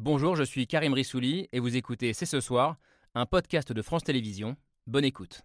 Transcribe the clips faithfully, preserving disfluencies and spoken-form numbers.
Bonjour, je suis Karim Rissouli et vous écoutez C'est ce soir, un podcast de France Télévisions. Bonne écoute.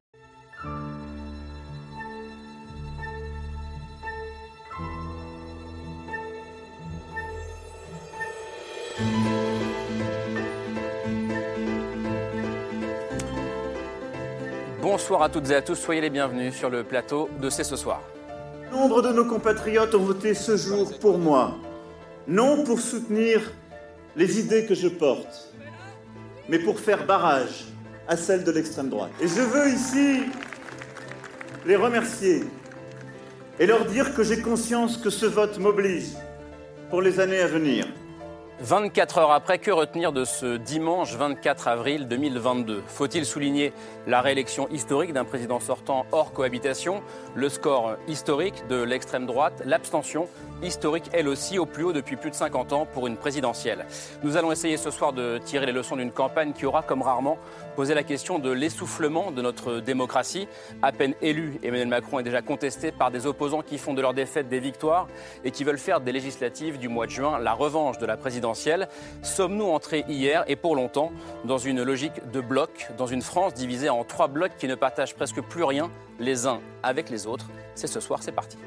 Bonsoir à toutes et à tous, soyez les bienvenus sur le plateau de C'est ce soir. Nombre de nos compatriotes ont voté ce jour pour moi, non pour soutenir les idées que je porte, mais pour faire barrage à celles de l'extrême droite. Et je veux ici les remercier et leur dire que j'ai conscience que ce vote m'oblige pour les années à venir. vingt-quatre heures après, que retenir de ce dimanche vingt-quatre avril deux mille vingt-deux ? Faut-il souligner la réélection historique d'un président sortant hors cohabitation, le score historique de l'extrême droite, l'abstention historique elle aussi au plus haut depuis plus de cinquante ans pour une présidentielle. Nous allons essayer ce soir de tirer les leçons d'une campagne qui aura comme rarement posé la question de l'essoufflement de notre démocratie. À peine élu, Emmanuel Macron est déjà contesté par des opposants qui font de leur défaite des victoires et qui veulent faire des législatives du mois de juin la revanche de la présidentielle. Sommes-nous entrés hier et pour longtemps dans une logique de blocs, dans une France divisée en trois blocs qui ne partagent presque plus rien les uns avec les autres ? C'est ce soir, c'est parti.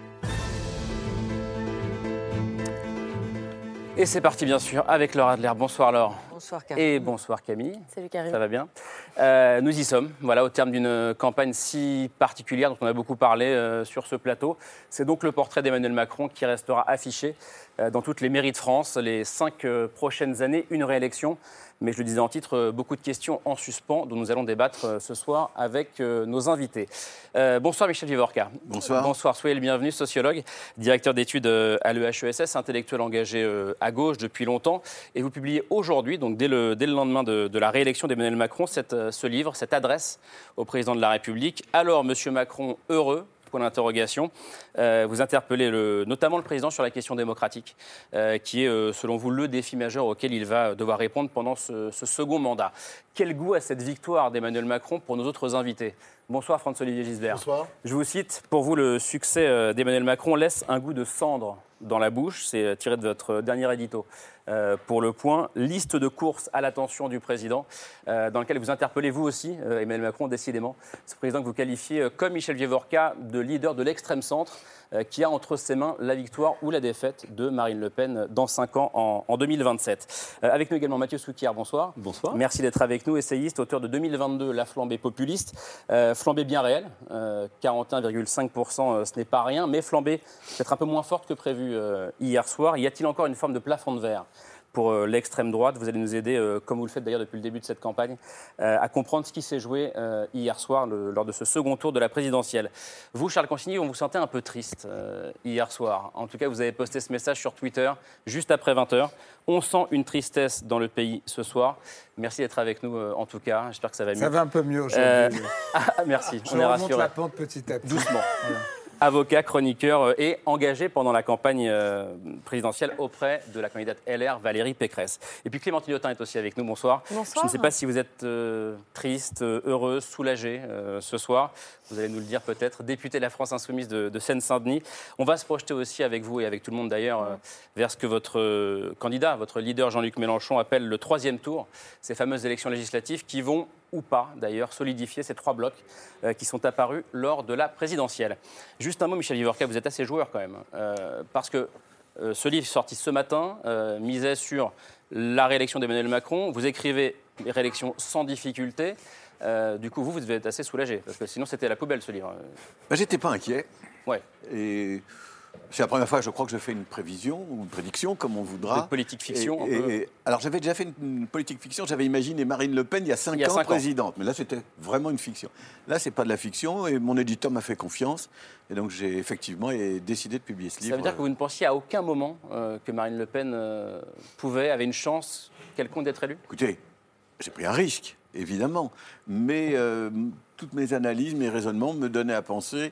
Et c'est parti bien sûr avec Laure Adler. Bonsoir Laure. Bonsoir Karim. Et bonsoir Camille. Salut Karim. Ça va bien. Euh, nous y sommes, voilà, au terme d'une campagne si particulière dont on a beaucoup parlé euh, sur ce plateau. C'est donc le portrait d'Emmanuel Macron qui restera affiché euh, dans toutes les mairies de France les cinq euh, prochaines années, une réélection. Mais je le disais en titre, euh, beaucoup de questions en suspens dont nous allons débattre euh, ce soir avec euh, nos invités. Euh, bonsoir Michel Vivorca. Bonsoir. Bonsoir, soyez le bienvenu, sociologue, directeur d'études euh, à l'E H E S S, intellectuel engagé euh, à gauche depuis longtemps. Et vous publiez aujourd'hui, donc dès le, dès le lendemain de, de la réélection d'Emmanuel Macron, cette, euh, ce livre, cette adresse au président de la République. Alors, Monsieur Macron, heureux ? Point d'interrogation. Euh, vous interpellez le, notamment le président sur la question démocratique, euh, qui est, euh, selon vous, le défi majeur auquel il va devoir répondre pendant ce, ce second mandat. Quel goût a cette victoire d'Emmanuel Macron pour nos autres invités ? Bonsoir François-Olivier Gisbert. Bonsoir. Je vous cite, pour vous, le succès d'Emmanuel Macron laisse un goût de cendre dans la bouche. C'est tiré de votre dernier édito euh, pour Le Point. Liste de courses à l'attention du président, euh, dans lequel vous interpellez vous aussi, euh, Emmanuel Macron, décidément. Ce président que vous qualifiez, euh, comme Michel Vivorca, de leader de l'extrême centre, euh, qui a entre ses mains la victoire ou la défaite de Marine Le Pen dans cinq ans, en, en deux mille vingt-sept. Euh, avec nous également Mathieu Souquier, bonsoir. Bonsoir. Merci d'être avec nous, essayiste, auteur de deux mille vingt-deux, La flambée populiste. Euh, flambée bien réelle, euh, quarante et un virgule cinq pour cent, euh, ce n'est pas rien, mais flambée peut-être un peu moins forte que prévu euh, hier soir. Y a-t-il encore une forme de plafond de verre pour euh, l'extrême droite? Vous allez nous aider, euh, comme vous le faites d'ailleurs depuis le début de cette campagne, euh, à comprendre ce qui s'est joué euh, hier soir le, lors de ce second tour de la présidentielle. Vous, Charles Consigny, vous vous sentez un peu triste euh, hier soir. En tout cas, vous avez posté ce message sur Twitter juste après vingt heures. On sent une tristesse dans le pays ce soir. Merci d'être avec nous, euh, en tout cas. J'espère que ça va mieux. Ça va un peu mieux aujourd'hui. Euh... Ah, merci, Je on est remonte rassurés. la pente petit à petit. Doucement. Voilà. Avocat, chroniqueur euh, et engagé pendant la campagne euh, présidentielle auprès de la candidate L R Valérie Pécresse. Et puis Clémentine Autain est aussi avec nous. Bonsoir. Bonsoir. Je ne sais pas si vous êtes euh, triste, euh, heureuse, soulagée euh, ce soir. Vous allez nous le dire peut-être. Député de la France Insoumise de, de Seine-Saint-Denis. On va se projeter aussi avec vous et avec tout le monde d'ailleurs euh, vers ce que votre euh, candidat, votre leader Jean-Luc Mélenchon appelle le troisième tour. Ces fameuses élections législatives qui vont ou pas, d'ailleurs, solidifier ces trois blocs euh, qui sont apparus lors de la présidentielle. Juste un mot, Michel Vivorca, vous êtes assez joueur quand même, euh, parce que euh, ce livre sorti ce matin euh, misait sur la réélection d'Emmanuel Macron. Vous écrivez « réélection sans difficulté ». Euh, du coup, vous, vous devez être assez soulagé, parce que sinon, c'était à la poubelle, ce livre. Ben, j'étais pas inquiet. Ouais. Et c'est la première fois, je crois, que je fais une prévision ou une prédiction, comme on voudra. De politique fiction, et, un peu. et, alors, j'avais déjà fait une, une politique fiction. J'avais imaginé Marine Le Pen il y a cinq il y a ans cinq présidente. Ans. Mais là, c'était vraiment une fiction. Là, c'est pas de la fiction. Et mon éditeur m'a fait confiance. Et donc, j'ai effectivement décidé de publier ce livre. Ça veut dire que vous ne pensiez à aucun moment euh, que Marine Le Pen euh, pouvait, avait une chance quelconque d'être élue ? Écoutez, j'ai pris un risque, évidemment. Mais euh, toutes mes analyses, mes raisonnements me donnaient à penser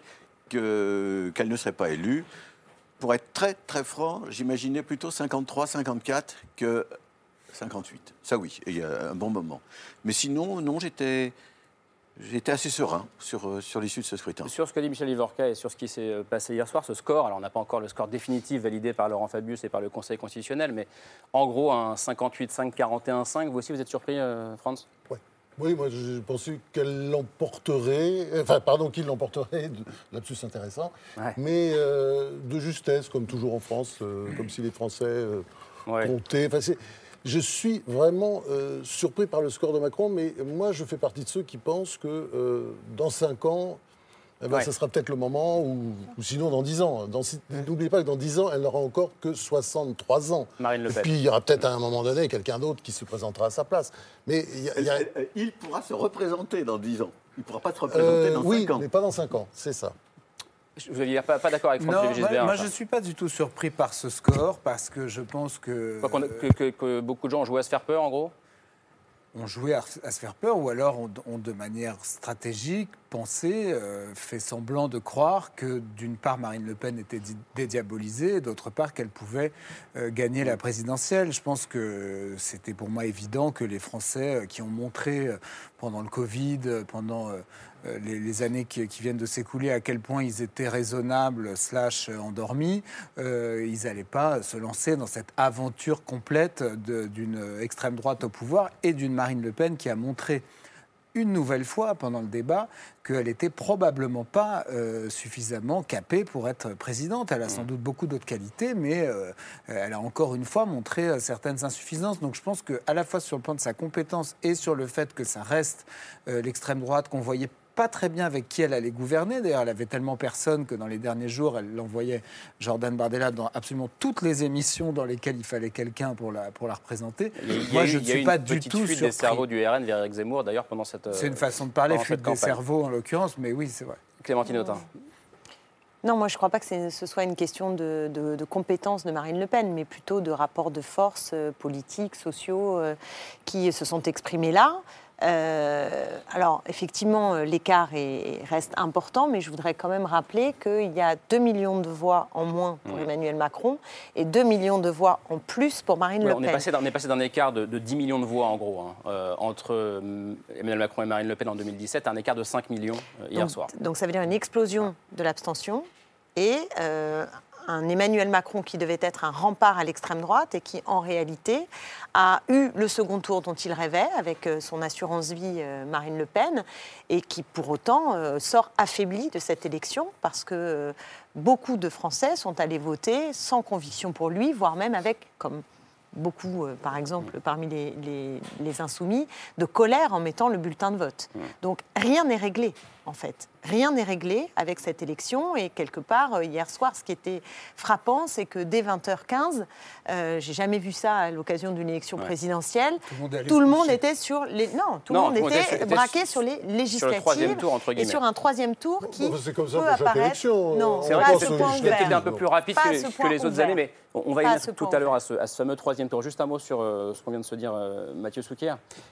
que, qu'elle ne serait pas élue. Pour être très, très franc, j'imaginais plutôt cinquante-trois cinquante-quatre que cinquante-huit. Ça, oui, il y a un bon moment. Mais sinon, non, j'étais, j'étais assez serein sur, euh, sur l'issue de ce scrutin. Sur ce que dit Michel Vivorca et sur ce qui s'est passé hier soir, ce score, alors on n'a pas encore le score définitif validé par Laurent Fabius et par le Conseil constitutionnel, mais en gros un cinquante-huit cinq, quarante et un cinq. Vous aussi, vous êtes surpris, euh, Franz ? Ouais. Oui, moi je pensais qu'elle l'emporterait, enfin pardon, qu'il l'emporterait, lapsus intéressant, ouais. mais euh, de justesse, comme toujours en France, euh, comme si les Français euh, ouais. comptaient. Enfin, c'est... Je suis vraiment euh, surpris par le score de Macron, mais moi, je fais partie de ceux qui pensent que euh, dans cinq ans, eh ben, ouais. ça sera peut-être le moment, ou, ou sinon dans dix ans. Dans, n'oubliez pas que dans dix ans, elle n'aura encore que soixante-trois ans. Marine Le Pen. Et puis, il y aura peut-être à un moment donné quelqu'un d'autre qui se présentera à sa place. Mais il, y a, il, y a... il pourra se représenter dans dix ans. Il ne pourra pas se représenter euh, dans oui, cinq ans. Oui, mais pas dans cinq ans, c'est ça. Vous n'êtes pas, pas d'accord avec Franck Non, Gisbert, moi, moi je ne suis pas du tout surpris par ce score, parce que je pense que... Quoi, euh, que, que... que beaucoup de gens ont joué à se faire peur, en gros ? ont joué à, à se faire peur, ou alors ont, ont de manière stratégique pensé, euh, fait semblant de croire que d'une part Marine Le Pen était dédiabolisée, et d'autre part qu'elle pouvait euh, gagner la présidentielle. Je pense que c'était pour moi évident que les Français qui ont montré euh, pendant le Covid, pendant euh, les, les années qui, qui viennent de s'écouler, à quel point ils étaient raisonnables slash endormis, euh, ils n'allaient pas se lancer dans cette aventure complète de, d'une extrême droite au pouvoir et d'une Marine Le Pen qui a montré une nouvelle fois pendant le débat qu'elle n'était probablement pas euh, suffisamment capée pour être présidente. Elle a sans doute beaucoup d'autres qualités, mais euh, elle a encore une fois montré euh, certaines insuffisances. Donc je pense qu'à la fois sur le plan de sa compétence et sur le fait que ça reste euh, l'extrême droite qu'on voyait pas très bien avec qui elle allait gouverner. D'ailleurs, elle avait tellement personne que dans les derniers jours, elle envoyait Jordan Bardella dans absolument toutes les émissions dans lesquelles il fallait quelqu'un pour la, pour la représenter. Moi, eu, je ne suis pas du tout surpris. Il y a eu une petite fuite des cerveaux du R N vers Éric Zemmour, d'ailleurs, pendant cette C'est une façon de parler, fuite des cerveaux en l'occurrence, mais oui, c'est vrai. Clémentine Autain. Non, moi je ne crois pas que ce soit une question de, de, de compétence de Marine Le Pen, mais plutôt de rapports de force euh, politiques, sociaux, euh, qui se sont exprimés là. Euh, alors, effectivement, l'écart est, reste important, mais je voudrais quand même rappeler qu'il y a deux millions de voix en moins pour mmh. Emmanuel Macron et deux millions de voix en plus pour Marine ouais, Le on Pen. Est passé, on est passé d'un écart de, de dix millions de voix, en gros, hein, euh, entre euh, Emmanuel Macron et Marine Le Pen en deux mille dix-sept, un écart de cinq millions euh, hier donc, soir. Donc, ça veut dire une explosion de l'abstention et... Euh, un Emmanuel Macron qui devait être un rempart à l'extrême droite et qui, en réalité, a eu le second tour dont il rêvait avec son assurance-vie Marine Le Pen et qui, pour autant, sort affaibli de cette élection parce que beaucoup de Français sont allés voter sans conviction pour lui, voire même avec, comme beaucoup, euh, par exemple, parmi les, les, les insoumis, de colère en mettant le bulletin de vote. Donc, rien n'est réglé, en fait. Rien n'est réglé avec cette élection. Et quelque part, euh, hier soir, ce qui était frappant, c'est que dès vingt heures quinze, euh, j'ai jamais vu ça à l'occasion d'une élection ouais. présidentielle, tout le monde, tout le monde était sur les... Non, tout non, le monde était, était braqué sur, sur les législatives sur le tour, entre et sur un troisième tour qui bon, c'est comme ça peut pour chaque apparaître... élection. Non, c'est vrai pas que à ce point c'était un peu plus rapide que, que les autres ouvert. années, mais on va y venir tout à l'heure à ce, à ce fameux troisième tour. Juste un mot sur euh, ce qu'on vient de se dire, euh, Mathieu Souquier.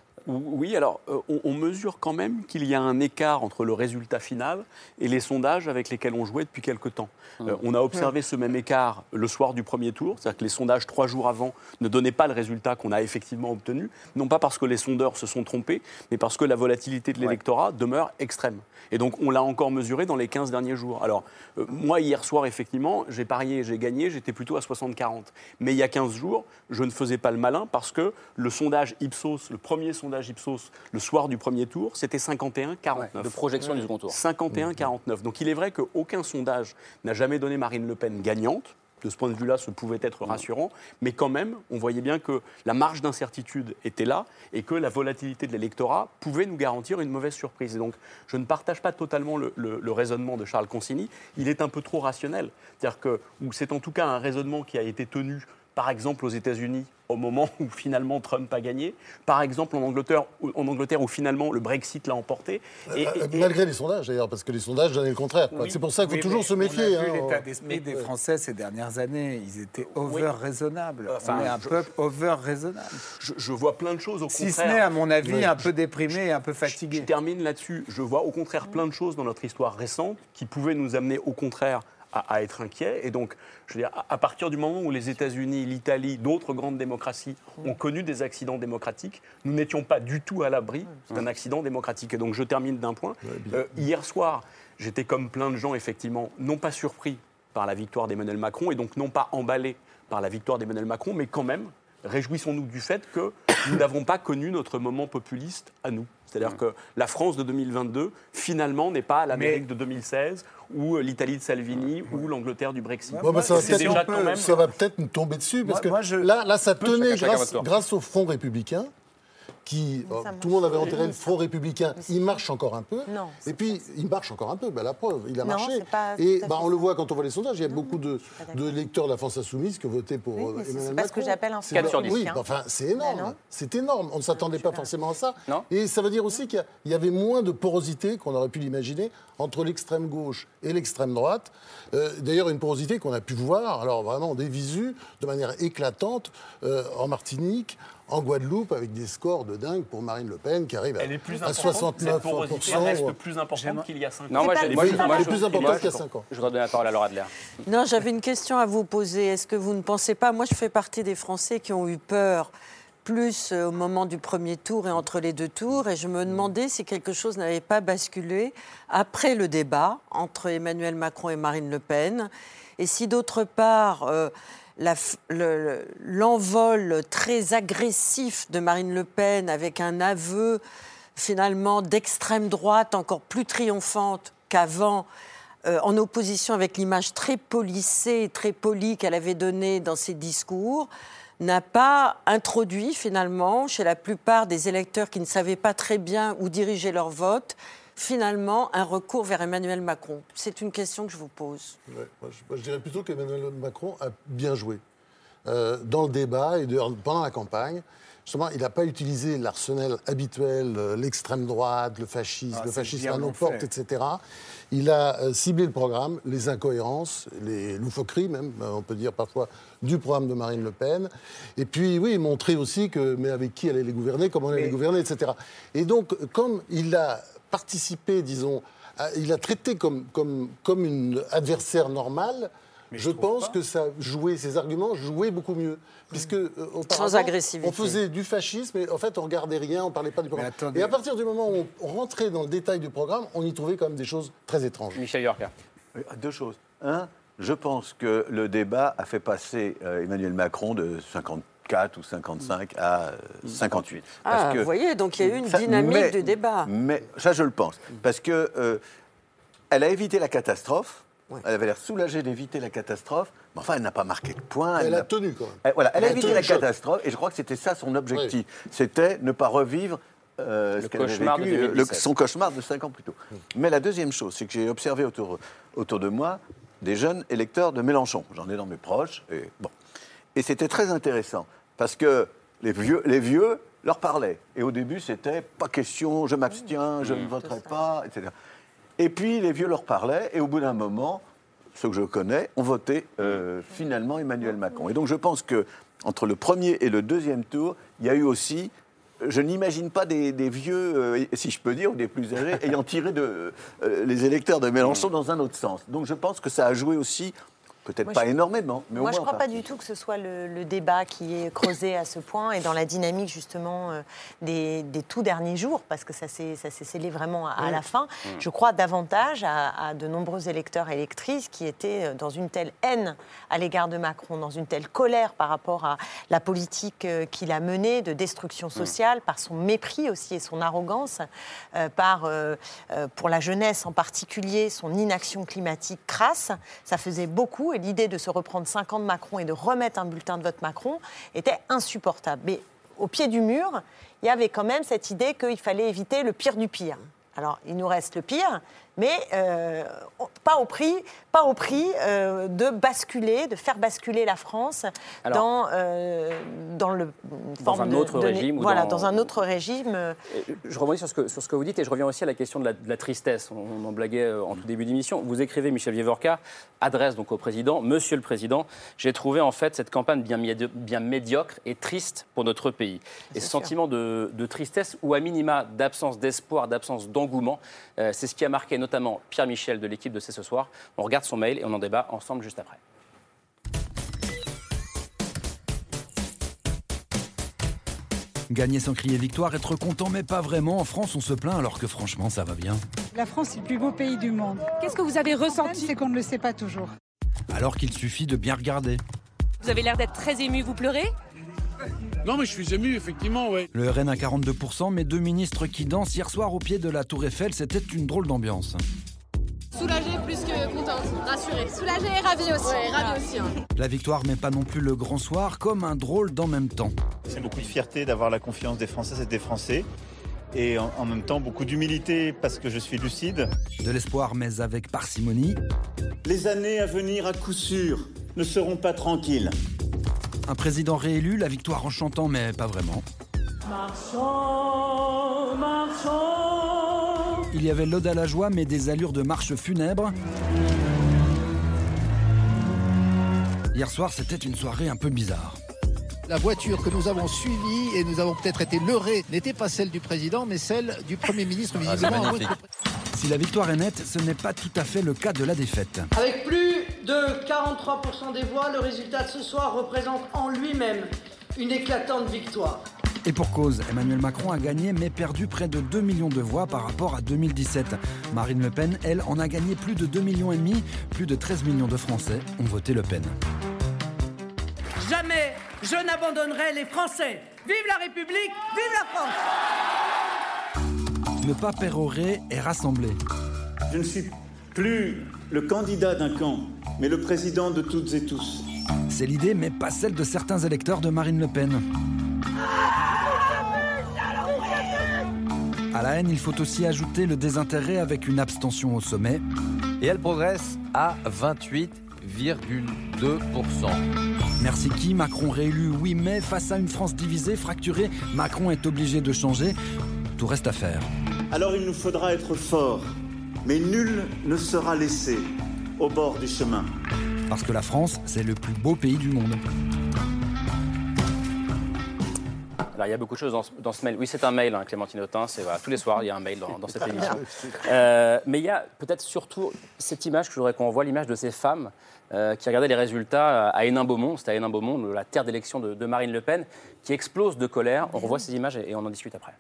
Oui, alors euh, on, on mesure quand même qu'il y a un écart entre le résultat final et les sondages avec lesquels on jouait depuis quelque temps. Mmh. Euh, on a observé mmh. ce même écart le soir du premier tour, c'est-à-dire que les sondages trois jours avant ne donnaient pas le résultat qu'on a effectivement obtenu, non pas parce que les sondeurs se sont trompés, mais parce que la volatilité de l'électorat ouais. demeure extrême. Et donc on l'a encore mesuré dans les quinze derniers jours. Alors euh, moi hier soir effectivement, j'ai parié, j'ai gagné, j'étais plutôt à soixante quarante. Mais il y a quinze jours, je ne faisais pas le malin parce que le sondage Ipsos, le premier sondage Ipsos, le soir du premier tour, c'était cinquante et un quarante-neuf. Ouais, de projection mmh. du second tour. cinquante et un quarante-neuf. Donc il est vrai qu'aucun sondage n'a jamais donné Marine Le Pen gagnante. De ce point de vue-là, ce pouvait être rassurant. Mais quand même, on voyait bien que la marge d'incertitude était là et que la volatilité de l'électorat pouvait nous garantir une mauvaise surprise. Et donc, je ne partage pas totalement le, le, le raisonnement de Charles Consigny. Il est un peu trop rationnel. C'est-à-dire que ou c'est en tout cas un raisonnement qui a été tenu, par exemple, aux États-Unis, au moment où finalement Trump a gagné, par exemple en Angleterre, en Angleterre où finalement le Brexit l'a emporté. Et, et, et... Malgré les sondages d'ailleurs, parce que les sondages donnaient le contraire. Oui, c'est pour ça qu'il faut oui, toujours se méfier. On a vu hein, l'état d'esprit des Français ces dernières années, ils étaient over-raisonnables. Enfin, on est un je, peuple over-raisonnable. Je, je vois plein de choses au si contraire. Si ce n'est, à mon avis, oui. un peu déprimé et un peu fatigué. Je, je termine là-dessus. Je vois au contraire plein de choses dans notre histoire récente qui pouvaient nous amener au contraire à, à être inquiets. Et donc, je veux dire, à, à partir du moment où les États-Unis, l'Italie, d'autres grandes démocraties ont connu des accidents démocratiques, nous n'étions pas du tout à l'abri d'un accident démocratique. Et donc, je termine d'un point. Euh, hier soir, j'étais comme plein de gens, effectivement, non pas surpris par la victoire d'Emmanuel Macron, et donc non pas emballé par la victoire d'Emmanuel Macron, mais quand même, réjouissons-nous du fait que nous n'avons pas connu notre moment populiste à nous. C'est-à-dire que la France de deux mille vingt-deux, finalement, n'est pas l'Amérique mais... de deux mille seize, ou l'Italie de Salvini, ouais. ou l'Angleterre du Brexit. Ouais, bah, ça, va déjà quand même... ça va peut-être nous tomber dessus, parce moi, que moi, je... là, là, ça tenait grâce, grâce au Front républicain, qui, oh, tout le monde avait enterré le Front républicain, il marche encore un peu. Non, et puis, il marche encore un peu, ben, la preuve, il a non, marché. Pas, et bah, on le voit quand on voit les sondages, il y a non, beaucoup de, de lecteurs de la France Insoumise qui ont voté pour oui, Emmanuel Macron. C'est pas ce que j'appelle un quatre sur dix. Oui, bah, enfin, c'est énorme. C'est énorme. On ne s'attendait pas forcément à ça. Non. Et ça veut dire aussi qu'il y avait moins de porosité qu'on aurait pu l'imaginer entre l'extrême gauche et l'extrême droite. Euh, d'ailleurs, une porosité qu'on a pu voir, alors vraiment des visus, de manière éclatante, euh, en Martinique, en Guadeloupe, avec des scores de dingue pour Marine Le Pen, qui arrive à, à soixante-neuf pour cent. Cette porosité reste plus importante qu'il y a cinq ans. Non, moi, elle est plus, moi, plus importante qu'il y a cinq ans. Je voudrais donner la parole à Laura Adler. Non, j'avais une question à vous poser. Est-ce que vous ne pensez pas... Moi, je fais partie des Français qui ont eu peur plus au moment du premier tour et entre les deux tours, et je me demandais si quelque chose n'avait pas basculé après le débat entre Emmanuel Macron et Marine Le Pen, et si d'autre part... Euh, La, le, l'envol très agressif de Marine Le Pen avec un aveu finalement d'extrême droite encore plus triomphante qu'avant, euh, en opposition avec l'image très polissée, très polie qu'elle avait donnée dans ses discours, n'a pas introduit finalement chez la plupart des électeurs qui ne savaient pas très bien où diriger leur vote, finalement, un recours vers Emmanuel Macron. C'est une question que je vous pose. Ouais, moi, je, moi, je dirais plutôt qu'Emmanuel Macron a bien joué euh, dans le débat et de, pendant la campagne. Justement, il n'a pas utilisé l'arsenal habituel, euh, l'extrême droite, le fascisme, ah, le fascisme à nos portes, et cetera. Il a euh, ciblé le programme, les incohérences, les loufoqueries même, on peut dire parfois, du programme de Marine Le Pen. Et puis, oui, montrer aussi que, mais avec qui elle allait les gouverner, comment elle allait les gouverner, et cetera. Et donc, comme il a participé, disons, à, il a traité comme, comme, comme une adversaire normale, mais je, je pense pas. que ça jouait, ses arguments jouaient beaucoup mieux. Puisque, euh, sans agressivité. On faisait du fascisme, et en fait, on ne regardait rien, on ne parlait pas du programme. Et à partir du moment où on rentrait dans le détail du programme, on y trouvait quand même des choses très étranges. Michel Yorka. Deux choses. Un, je pense que le débat a fait passer euh, Emmanuel Macron de cinquante-quatre ou cinquante-cinq à cinquante-huit. Ah, parce que, vous voyez, donc il y a eu une dynamique mais, de débat. Mais ça, je le pense. Parce qu'elle euh, a évité la catastrophe. Ouais. Elle avait l'air soulagée d'éviter la catastrophe, mais enfin, elle n'a pas marqué de point. Elle, elle a tenu, quand même. Elle, voilà, elle, elle a évité la catastrophe, et je crois que c'était ça son objectif. Oui. C'était ne pas revivre euh, ce qu'elle avait vécu, le, son cauchemar de cinq ans plus tôt. Oui. Mais la deuxième chose, c'est que j'ai observé autour, autour de moi des jeunes électeurs de Mélenchon. J'en ai dans mes proches. Et, bon. et c'était très intéressant, parce que les vieux, les vieux leur parlaient. Et au début, c'était pas question, je m'abstiens, je mmh, ne voterai pas, et cetera. Et puis, les vieux leur parlaient, et au bout d'un moment, ceux que je connais, ont voté euh, finalement Emmanuel Macron. Et donc, je pense qu'entre le premier et le deuxième tour, il y a eu aussi, je n'imagine pas des, des vieux, euh, si je peux dire, ou des plus âgés, ayant tiré de, euh, les électeurs de Mélenchon dans un autre sens. Donc, je pense que ça a joué aussi... Peut-être moi, pas je, énormément, mais moi, au moins... Moi, je ne crois pas du tout que ce soit le, le débat qui est creusé à ce point et dans la dynamique, justement, euh, des, des tout derniers jours, parce que ça s'est, ça s'est scellé vraiment à, à la fin. Mmh. Je crois davantage à, à de nombreux électeurs et électrices qui étaient dans une telle haine à l'égard de Macron, dans une telle colère par rapport à la politique qu'il a menée de destruction sociale, mmh. par son mépris aussi et son arrogance, euh, par, euh, euh, pour la jeunesse en particulier, son inaction climatique crasse. Ça faisait beaucoup. Et l'idée de se reprendre cinq ans de Macron et de remettre un bulletin de vote Macron était insupportable. Mais au pied du mur, il y avait quand même cette idée qu'il fallait éviter le pire du pire. Alors, il nous reste le pire, mais euh, pas au prix, pas au prix euh, de basculer, de faire basculer la France Alors, dans, euh, dans, le, dans un de, autre de, régime. Voilà, dans... dans un autre régime. Je rebondis sur ce, que, sur ce que vous dites et je reviens aussi à la question de la, de la tristesse. On, on en blaguait en tout début d'émission. Vous écrivez, Michel Vivorca, adresse donc au président, Monsieur le Président, j'ai trouvé en fait cette campagne bien, médi- bien médiocre et triste pour notre pays. C'est et ce sûr. sentiment de, de tristesse ou à minima d'absence d'espoir, d'absence d'engouement, euh, c'est ce qui a marqué notamment Pierre Michel de l'équipe de C'est ce soir. On regarde son mail et on en débat ensemble juste après. Gagner sans crier victoire, être content, mais pas vraiment. En France, on se plaint alors que franchement, ça va bien. La France, c'est le plus beau pays du monde. Qu'est-ce que vous avez ressenti ? C'est qu'on ne le sait pas toujours. Alors qu'il suffit de bien regarder. Vous avez l'air d'être très ému, vous pleurez ? Non, mais je suis ému, effectivement, oui. Le R N à quarante-deux pour cent, mais deux ministres qui dansent hier soir au pied de la Tour Eiffel, c'était une drôle d'ambiance. Soulagée plus que contente, rassurée. Soulagée et ravie aussi. Ouais, ravie aussi. Hein. La victoire, mais pas non plus le grand soir, comme un drôle d'en même temps. C'est beaucoup de fierté d'avoir la confiance des Françaises et des Français. Et en, en même temps, beaucoup d'humilité parce que je suis lucide. De l'espoir, mais avec parcimonie. Les années à venir, à coup sûr, ne seront pas tranquilles. Un président réélu, la victoire en chantant, mais pas vraiment. Marchons, marchons. Il y avait l'ode à la joie, mais des allures de marche funèbre. Hier soir, c'était une soirée un peu bizarre. La voiture que nous avons suivie, et nous avons peut-être été leurrés, n'était pas celle du président, mais celle du Premier ministre, visiblement. Ah, si la victoire est nette, ce n'est pas tout à fait le cas de la défaite. Avec plus de quarante-trois pour cent des voix, le résultat de ce soir représente en lui-même une éclatante victoire. Et pour cause, Emmanuel Macron a gagné mais perdu près de deux millions de voix par rapport à deux mille dix-sept. Marine Le Pen, elle, en a gagné plus de deux virgule cinq millions. Plus de treize millions de Français ont voté Le Pen. Jamais je n'abandonnerai les Français. Vive la République, vive la France. Ne pas pérorer et rassembler. Je ne suis plus le candidat d'un camp, mais le président de toutes et tous. C'est l'idée, mais pas celle de certains électeurs de Marine Le Pen. À la haine, il faut aussi ajouter le désintérêt avec une abstention au sommet. Et elle progresse à vingt-huit virgule deux pour cent. Merci qui ? Macron réélu, oui, mais face à une France divisée, fracturée, Macron est obligé de changer. Tout reste à faire. Alors il nous faudra être forts, mais nul ne sera laissé au bord du chemin. Parce que la France, c'est le plus beau pays du monde. Alors, il y a beaucoup de choses dans ce, dans ce mail. Oui, c'est un mail, hein, Clémentine Autain. C'est, voilà, tous les soirs, il y a un mail dans, dans cette émission. Euh, mais il y a peut-être surtout cette image que je voudrais qu'on voit, l'image de ces femmes euh, qui regardaient les résultats à Hénin-Beaumont. C'était à Hénin-Beaumont, la terre d'élection de, de Marine Le Pen, qui explose de colère. On revoit ces images et, et on en discute après.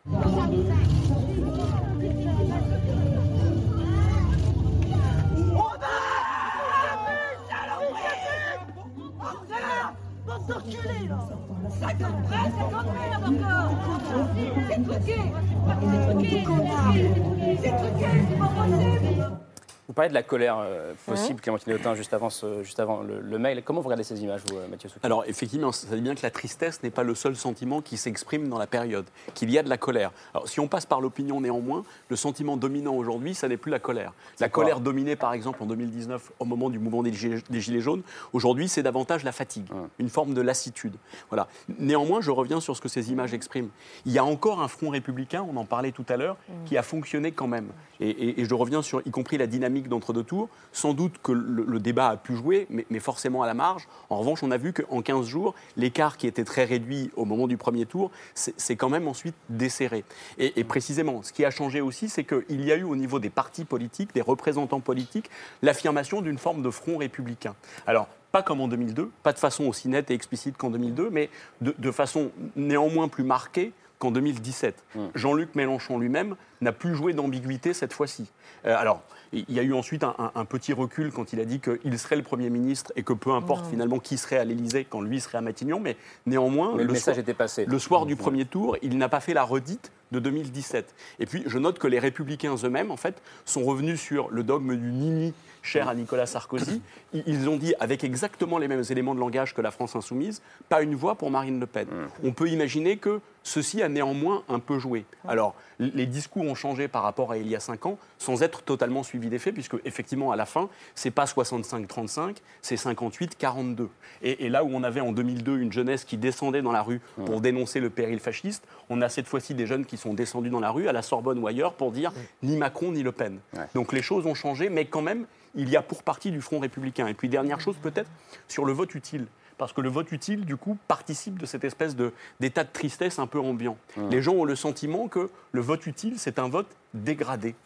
Vous parlez de la colère euh, possible, mmh. Clémentine Autain, juste avant, ce, juste avant le, le mail. Comment vous regardez ces images, vous, Mathieu Souquet ? Alors, effectivement, ça dit bien que la tristesse n'est pas le seul sentiment qui s'exprime dans la période, qu'il y a de la colère. Alors, si on passe par l'opinion, néanmoins, le sentiment dominant aujourd'hui, ça n'est plus la colère. C'est la quoi colère dominée, par exemple, en deux mille dix-neuf, au moment du mouvement des Gilets, des gilets jaunes, aujourd'hui, c'est davantage la fatigue, mmh. une forme de lassitude. Voilà. Néanmoins, je reviens sur ce que ces images expriment. Il y a encore un front républicain, on en parlait tout à l'heure, mmh. qui a fonctionné quand même. Et, et, et je reviens sur, y compris la dynamique d'entre-deux tours. Sans doute que le, le débat a pu jouer, mais, mais forcément à la marge. En revanche, on a vu qu'en quinze jours, l'écart qui était très réduit au moment du premier tour, c'est quand même ensuite desserré. Et, et précisément, ce qui a changé aussi, c'est qu'il y a eu au niveau des partis politiques, des représentants politiques, l'affirmation d'une forme de front républicain. Alors, pas comme en deux mille deux, pas de façon aussi nette et explicite qu'en deux mille deux, mais de, de façon néanmoins plus marquée qu'en deux mille dix-sept. Mmh. Jean-Luc Mélenchon lui-même n'a plus joué d'ambiguïté cette fois-ci. Euh, alors, il y a eu ensuite un, un, un petit recul quand il a dit qu'il serait le Premier ministre et que peu importe mmh. finalement qui serait à l'Élysée quand lui serait à Matignon, mais néanmoins, mais le, le, message soir, était passé. le soir du mmh. premier tour, il n'a pas fait la redite de deux mille dix-sept. Et puis, je note que les Républicains eux-mêmes, en fait, sont revenus sur le dogme du nini cher à Nicolas Sarkozy. Ils ont dit, avec exactement les mêmes éléments de langage que la France insoumise, pas une voix pour Marine Le Pen. On peut imaginer que ceci a néanmoins un peu joué. Alors, les discours ont changé par rapport à il y a cinq ans, sans être totalement suivis des faits, puisque effectivement, à la fin, c'est pas soixante-cinq trente-cinq, c'est cinquante-huit quarante-deux. Et, et là où on avait en deux mille deux une jeunesse qui descendait dans la rue pour dénoncer le péril fasciste, on a cette fois-ci des jeunes qui sont descendus dans la rue, à la Sorbonne ou ailleurs, pour dire ni Macron ni Le Pen. Ouais. Donc les choses ont changé, mais quand même, il y a pour partie du Front républicain. Et puis dernière chose peut-être, sur le vote utile. Parce que le vote utile, du coup, participe de cette espèce de, d'état de tristesse un peu ambiant. Mmh. Les gens ont le sentiment que le vote utile, c'est un vote dégradé.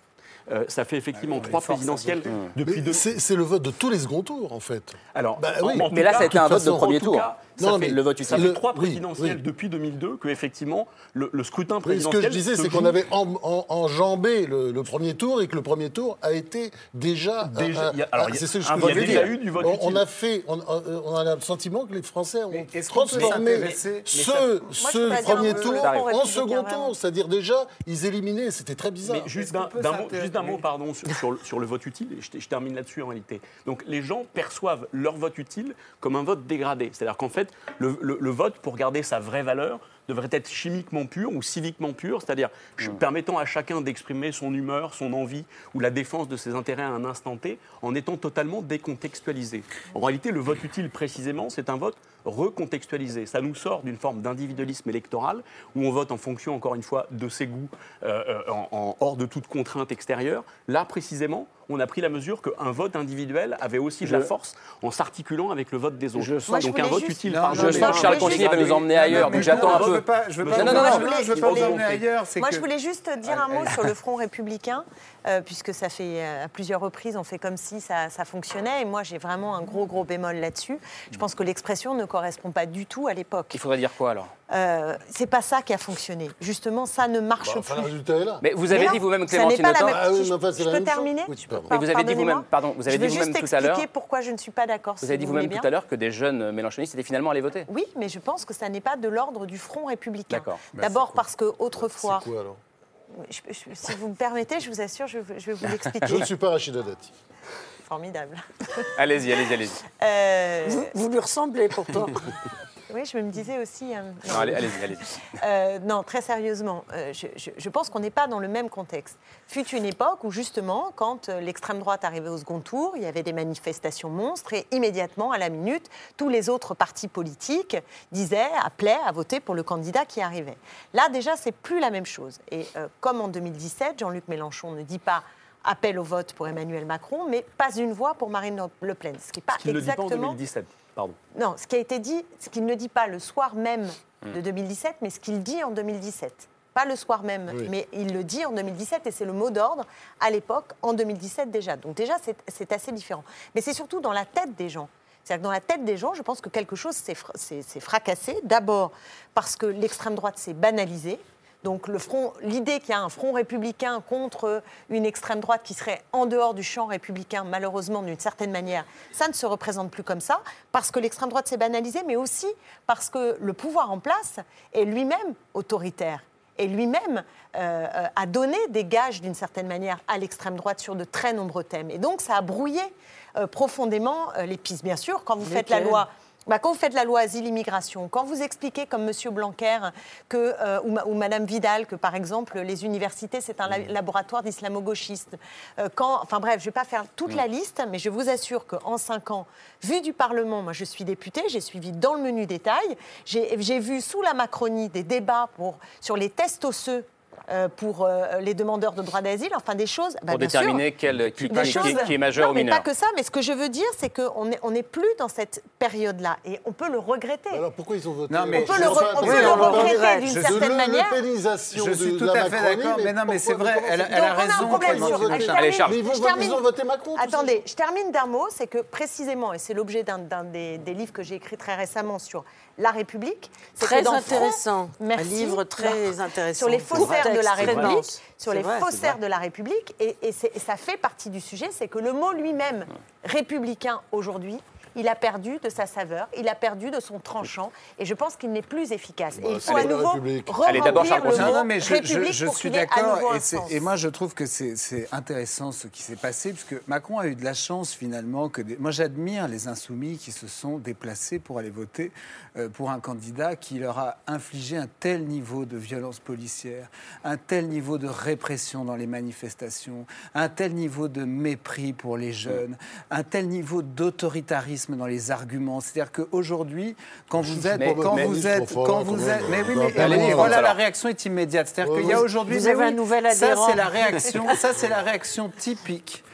euh, ça fait effectivement Ouais, trois force, présidentielles Mais depuis deux... c'est, c'est le vote de tous les seconds tours, en fait. Alors, Bah en- oui. en tout Mais là, cas, ça a été un de toute vote de façon, premier en tout tour. cas, Ça non, fait mais le vote Ça utile. fait trois oui, présidentielles oui. depuis deux mille deux que, effectivement, le, le scrutin Oui, ce présidentiel... que je disais, se c'est joue- qu'on avait en- en- enjambé le, le premier tour et que le premier tour a été déjà. Déjà, un- il y a- alors, un- il y a- c'est ce que un je vote veux déjà dire. eu du vote on, utile. on a fait, on, on a le sentiment que les Français ont Mais est-ce qu'on peut transformé s'intéresser- mais ce, ça- ce voudrais dire premier un mot tour sur le Front en républicain, second vraiment. tour, c'est-à-dire déjà ils éliminaient, c'était très bizarre. Mais juste Est-ce qu'on d'un, peut d'un mot, s'intéresser- juste d'un mot, oui. pardon, sur, sur le, sur le vote utile, et je, je termine là-dessus en réalité. Donc les gens perçoivent leur vote utile comme un vote dégradé. C'est-à-dire qu'en fait, le, le- le vote, pour garder sa vraie valeur, devrait être chimiquement pur ou civiquement pur, c'est-à-dire ch- permettant à chacun d'exprimer son humeur, son envie ou la défense de ses intérêts à un instant T en étant totalement décontextualisé. En réalité, le vote utile, précisément, c'est un vote recontextualisé. Ça nous sort d'une forme d'individualisme électoral où on vote en fonction, encore une fois, de ses goûts, euh, euh, en, en- hors de toute contrainte extérieure. Là, précisément, on a pris la mesure qu'un vote individuel avait aussi de la Je- force en s'articulant avec le vote des autres. Je sens- Moi, je Donc un voulais vote juste- utile Non, par non, Je mais sens que Charles je voulais Consigny va juste- nous emmener Non, non, ailleurs, mais donc j'attends un je peu. veux pas, je veux pas Non, vous- non, non, je non, veux- je je veux voulais- pas je vous voulais- emmener ailleurs. c'est Moi, que- je voulais juste dire un mot sur le Front républicain, euh, puisque ça fait euh, à plusieurs reprises, on fait comme si ça, ça fonctionnait. Et moi, j'ai vraiment un gros, gros bémol là-dessus. Je pense que l'expression ne correspond pas du tout à l'époque. Il faudrait dire quoi alors? Euh, c'est pas ça qui a fonctionné. Justement, ça ne marche Bah, enfin, plus. le résultat est là. Mais vous avez Mais là, dit vous-même, ça n'est Clémentine pas la Autain, même- Ah oui, Si mais je- enfin, c'est je la peux même chose. terminer Oui, pardon. Mais vous avez dit vous-même, pardon, vous avez Je dit veux vous-même juste tout à l'heure. expliquer pourquoi je ne suis pas d'accord. Vous si avez dit voulez vous-même bien. tout à l'heure que des jeunes mélenchonistes étaient finalement allés voter. Oui, mais je pense que ça n'est pas de l'ordre du Front républicain. D'accord. D'abord parce que autrefois, C'est quoi alors? je- je- si vous me permettez, je vous assure, je, je vais vous l'expliquer. Je ne suis pas Rachida Dati. Formidable. Allez-y, allez-y, allez-y. Euh, Vous, vous lui ressemblez pourtant. Oui, je me disais aussi. euh, Non, allez- allez-y, allez-y. Euh, non, très sérieusement, euh, je, je- je pense qu'on n'est pas dans le même contexte. Fut une époque où, justement, quand euh, l'extrême droite arrivait au second tour, il y avait des manifestations monstres et immédiatement, à la minute, tous les autres partis politiques disaient, appelaient à voter pour le candidat qui arrivait. Là, déjà, c'est plus la même chose. Et euh, comme en deux mille dix-sept, Jean-Luc Mélenchon ne dit pas appel au vote pour Emmanuel Macron, mais pas une voix pour Marine Le Pen. Ce qui n'est pas Ce qu'il ne dit pas en deux exactement... mille dix-sept. Pardon. Non, ce qui a été dit, ce qu'il ne dit pas le soir même de deux mille dix-sept, mais ce qu'il dit en deux mille dix-sept. Pas le soir même, Oui. mais il le dit en deux mille dix-sept et c'est le mot d'ordre à l'époque, en deux mille dix-sept déjà. Donc déjà, c'est, c'est assez différent. Mais c'est surtout dans la tête des gens. C'est-à-dire que dans la tête des gens, je pense que quelque chose s'est, fra- s'est- s'est fracassé. D'abord parce que l'extrême droite s'est banalisée. Donc le front, l'idée qu'il y a un front républicain contre une extrême droite qui serait en dehors du champ républicain, malheureusement, d'une certaine manière, ça ne se représente plus comme ça, parce que l'extrême droite s'est banalisée, mais aussi parce que le pouvoir en place est lui-même autoritaire. Et lui-même euh, euh, a donné des gages, d'une certaine manière, à l'extrême droite sur de très nombreux thèmes. Et donc ça a brouillé euh, profondément euh, les pistes. Bien sûr, quand vous faites la loi... Bah, quand vous faites la loi asile-immigration, quand vous expliquez, comme M. Blanquer que, euh, ou, ma- ou Mme Vidal, que par exemple les universités c'est un la- laboratoire d'islamo-gauchistes, euh, quand, enfin bref, je ne vais pas faire toute la liste, mais je vous assure qu'en cinq ans, vu du Parlement, moi je suis députée, j'ai suivi dans le menu détail, j'ai, j'ai vu sous la Macronie des débats pour, sur les tests osseux euh, pour euh, les demandeurs de droit d'asile, enfin des choses... bah, Pour bien déterminer sûr, quel, qui, des qui- choses- qui est majeur non, ou mais mineur. pas que ça, mais ce que je veux dire, c'est qu'on n'est on n'est plus dans cette période-là. Et on peut le regretter. Alors pourquoi ils ont voté? Non, mais On peut je le, sais re- pas, on mais peut le on va regretter regarder. d'une Je- certaine de manière. l'eupénisation Je de, suis de tout la à fait Macronie, d'accord, mais non, mais c'est pourquoi- vrai, comment elle a- c'est- elle a Donc, on a un raison. problème Pourquoi ils ont sur- voté je Allez, termine- Charles. Mais ils vont, je voter- termine- ils ont voté Macron. tous ces Attendez, je termine d'un mot, c'est que précisément, et c'est l'objet d'un, d'un des, des livres que j'ai écrit très récemment sur la République, c'est Très que dans intéressant. Front- Merci. Un livre très Non. intéressant. Sur les faussaires de la Très République, dense. sur C'est les vrai, c'est faussaires vrai. de la République, et, et c'est- et ça fait partie du sujet, c'est que le mot lui-même, républicain aujourd'hui, il a perdu de sa saveur, il a perdu de son tranchant, et je pense qu'il n'est plus efficace. Et il faut allez, à la nouveau République. Allez, d'abord, re-remplir Charles le Consigny. mot Non, non, mais je, je- République je pour suis qu'il ait à d'accord. nouveau un Et, c'est- sens. et moi, je trouve que c'est c'est intéressant ce qui s'est passé, parce que Macron a eu de la chance, finalement. que des- Moi, j'admire les insoumis qui se sont déplacés pour aller voter euh, pour un candidat qui leur a infligé un tel niveau de violence policière, un tel niveau de répression dans les manifestations, un tel niveau de mépris pour les jeunes, un tel niveau d'autoritarisme dans les arguments. C'est-à-dire qu'aujourd'hui, quand vous êtes... Mais- quand mais- vous êtes... Trop fort, Quand quand vous même. êtes mais oui, Bah, mais allez, et on voilà, avance, la alors. réaction est immédiate. C'est-à-dire Ouais, qu'il y a vous- aujourd'hui... vous mais avez oui, un nouvel Ça, adhérent. c'est la réaction, ça, c'est la réaction typique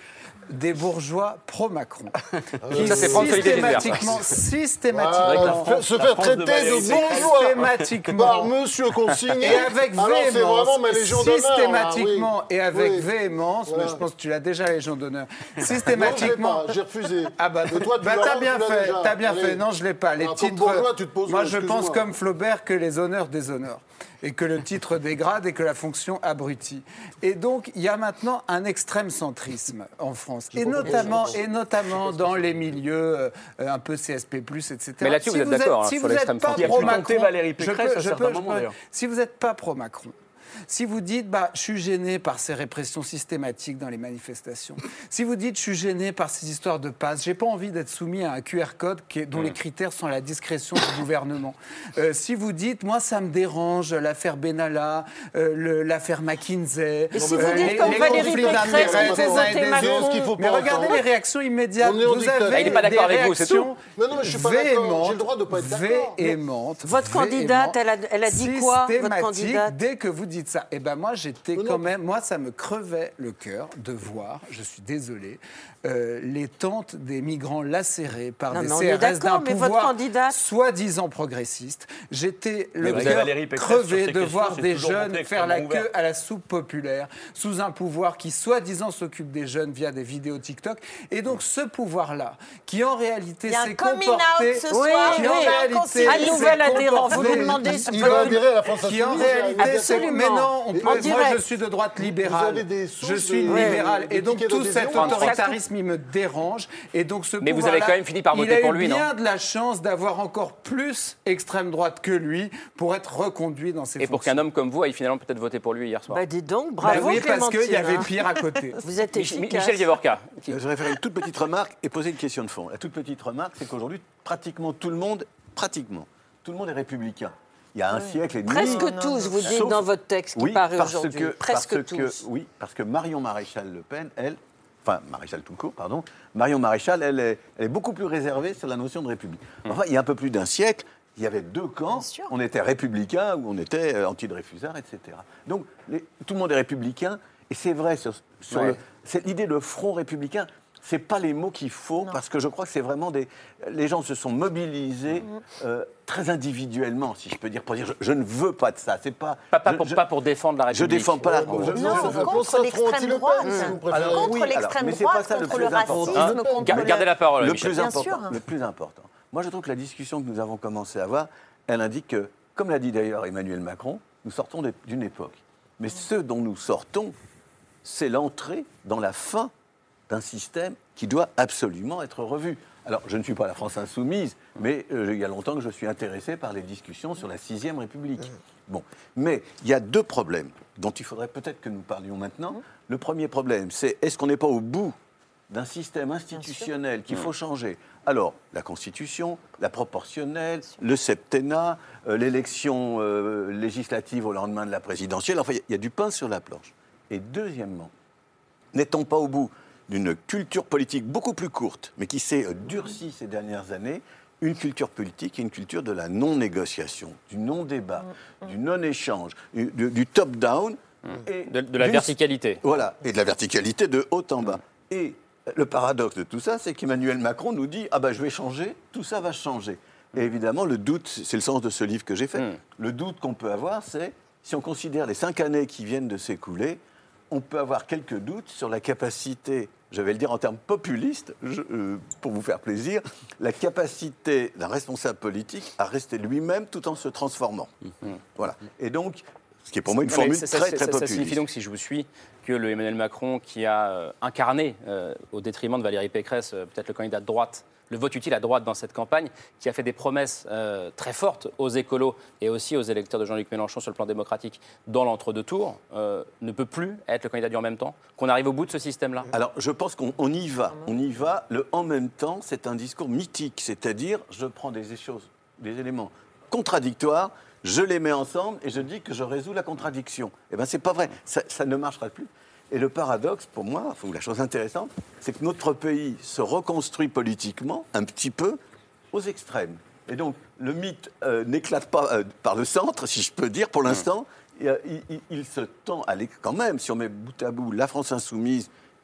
des bourgeois pro-Macron. Qui ça, c'est systématiquement, systématiquement, voilà, se faire traiter de, de bourgeois systématiquement, par monsieur consigné. Et avec véhémence, c'est vraiment ma légion d'honneur. Systématiquement hein, oui. et avec oui. véhémence, voilà. Mais je pense que tu l'as déjà, la légion d'honneur. Systématiquement. Non, j'ai refusé. Ah bah, mais toi, tu bah, l'as, t'as bien tu fait, déjà. t'as bien Allez. fait. Non, je l'ai pas. Les Alors, titres. Bourgeois, tu te poses, moi, je pense moi. comme Flaubert que les honneurs déshonorent. Et que le titre dégrade et que la fonction abrutit. Et donc, il y a maintenant un extrême centrisme en France. Et notamment, et notamment dans les milieux euh, un peu C S P plus, et cetera. Mais là-dessus, si vous êtes d'accord, êtes, hein, si sur vous l'extrême n'êtes pas centrisme. pro-Macron, Valérie Pécresse, je peux, à je certains peux, moments, je peux, d'ailleurs. si vous n'êtes pas pro-Macron, si vous dites bah, « je suis gêné par ces répressions systématiques dans les manifestations », si vous dites « je suis gêné par ces histoires de passe, j'ai pas envie d'être soumis à un Q R code qui est, dont mmh. les critères sont à la discrétion du gouvernement euh, », si vous dites « moi ça me dérange l'affaire Benalla, euh, le, l'affaire McKinsey », si euh, les, comme les Valérie Pécresse, il faut voter Macron. Mais regardez les réactions immédiates. Vous avez il n'est pas d'accord avec vous, c'est tout. Mais non, mais je suis pas d'accord. J'ai le droit de pas être d'accord. Véhémente. Votre candidate, elle a, elle a dit quoi, votre candidate ? Dès que vous dites ça, eh ben moi j'étais quand même, moi ça me crevait le cœur de voir, je suis désolé, euh, les tentes des migrants lacérés par non, des mais C R S d'un pouvoir candidate... soi-disant progressiste. J'étais le mais cœur crevé de questions, voir des jeunes faire la ouvert. queue à la soupe populaire sous un pouvoir qui soi-disant s'occupe des jeunes via des vidéos TikTok. Et donc ce pouvoir-là, qui en réalité s'est comporté... Ce soir, qui en oui, réalité un nouvel adhérent, vous nous demandez... Il va adhérer à la France Qui en Insoumise. réalité... Absolument. Mais non, on peut, En moi direct. je suis de droite libérale, je suis de- libéral, ouais, et donc des tout tickets cet d'adhésion. autoritarisme il me dérange, et donc ce Mais vous pouvoir-là, avez quand même fini par voter il a pour eu lui, non bien de la chance d'avoir encore plus extrême droite que lui pour être reconduit dans ses Et pour fonctions. qu'un homme comme vous aille finalement peut-être voter pour lui hier soir. Bah dis donc, Bah bravo oui, parce Clémentine, qu'il y avait hein. pire à côté. Vous êtes Mich- efficace. Michel Yevorka. Je voudrais faire une toute petite remarque et poser une question de fond. La toute petite remarque, c'est qu'aujourd'hui, pratiquement tout le monde, pratiquement, tout le monde est républicain. Il y a un oui. siècle et demi. Presque tous, vous dites Sauf, dans votre texte qui oui, paraît parce aujourd'hui. Que, Presque parce tous. Que, oui, parce que Marion Maréchal Le Pen, elle, enfin Maréchal tout court, pardon, Marion Maréchal, elle est, elle est beaucoup plus réservée sur la notion de république. Enfin, il y a un peu plus d'un siècle, il y avait deux camps. On était républicains ou on était euh, anti-Dreyfusards, et cetera. Donc les, tout le monde est républicain, et c'est vrai sur, sur ouais. le, c'est l'idée de front républicain. C'est pas les mots qu'il faut, non. Parce que je crois que c'est vraiment des... Les gens se sont mobilisés euh, très individuellement, si je peux dire, pour dire je, je ne veux pas de ça. C'est pas... Pas, pas, pour, je, pas pour défendre la République. Je défends pas la... Non, je, non je, je, contre l'extrême droite. Alors, contre oui, l'extrême alors, droite, ça, contre le, le racisme, hein contre Gardez le... la parole, le Michel. plus, Bien important, sûr. le plus important. Moi, je trouve que la discussion que nous avons commencé à avoir, elle indique que, comme l'a dit d'ailleurs Emmanuel Macron, nous sortons d'une époque. Mais ce dont nous sortons, c'est l'entrée dans la fin d'un système qui doit absolument être revu. Alors, je ne suis pas la France insoumise, mais euh, il y a longtemps que je suis intéressé par les discussions sur la sixième République. Bon, mais il y a deux problèmes dont il faudrait peut-être que nous parlions maintenant. Le premier problème, c'est est-ce qu'on n'est pas au bout d'un système institutionnel qu'il faut changer? Alors, la Constitution, la proportionnelle, le septennat, euh, l'élection euh, législative au lendemain de la présidentielle, enfin, il y, y a du pain sur la planche. Et deuxièmement, n'est-on pas au bout d'une culture politique beaucoup plus courte, mais qui s'est durcie ces dernières années, une culture politique et une culture de la non-négociation, du non-débat, mmh. du non-échange, du, du top-down. Mmh. Et de, de la verticalité. Voilà, et de la verticalité de haut en bas. Mmh. Et le paradoxe de tout ça, c'est qu'Emmanuel Macron nous dit « Ah ben, je vais changer, tout ça va changer ». Et évidemment, le doute, c'est le sens de ce livre que j'ai fait, mmh. le doute qu'on peut avoir, c'est, si on considère les cinq années qui viennent de s'écouler, on peut avoir quelques doutes sur la capacité, je vais le dire en termes populistes, je, euh, pour vous faire plaisir, la capacité d'un responsable politique à rester lui-même tout en se transformant. Mmh. Voilà. Et donc, ce qui est pour moi une formule ça, très, ça, très ça, populiste. Ça signifie donc, si je vous suis, que le Emmanuel Macron, qui a euh, incarné, euh, au détriment de Valérie Pécresse, euh, peut-être le candidat de droite, le vote utile à droite dans cette campagne, qui a fait des promesses euh, très fortes aux écolos et aussi aux électeurs de Jean-Luc Mélenchon sur le plan démocratique dans l'entre-deux tours, euh, ne peut plus être le candidat du en même temps, qu'on arrive au bout de ce système-là? Alors, je pense qu'on on y va. On y va. Le en même temps, c'est un discours mythique, c'est-à-dire, je prends des choses, des éléments contradictoires, je les mets ensemble et je dis que je résous la contradiction. Eh bien, c'est pas vrai. Ça, ça ne marchera plus. Et le paradoxe, pour moi, ou la chose intéressante, c'est que notre pays se reconstruit politiquement, un petit peu, aux extrêmes. Et donc, le mythe euh, n'éclate pas euh, par le centre, si je peux dire, pour l'instant. Il, il, il se tend à l'éc- quand même, si on met bout à bout la France insoumise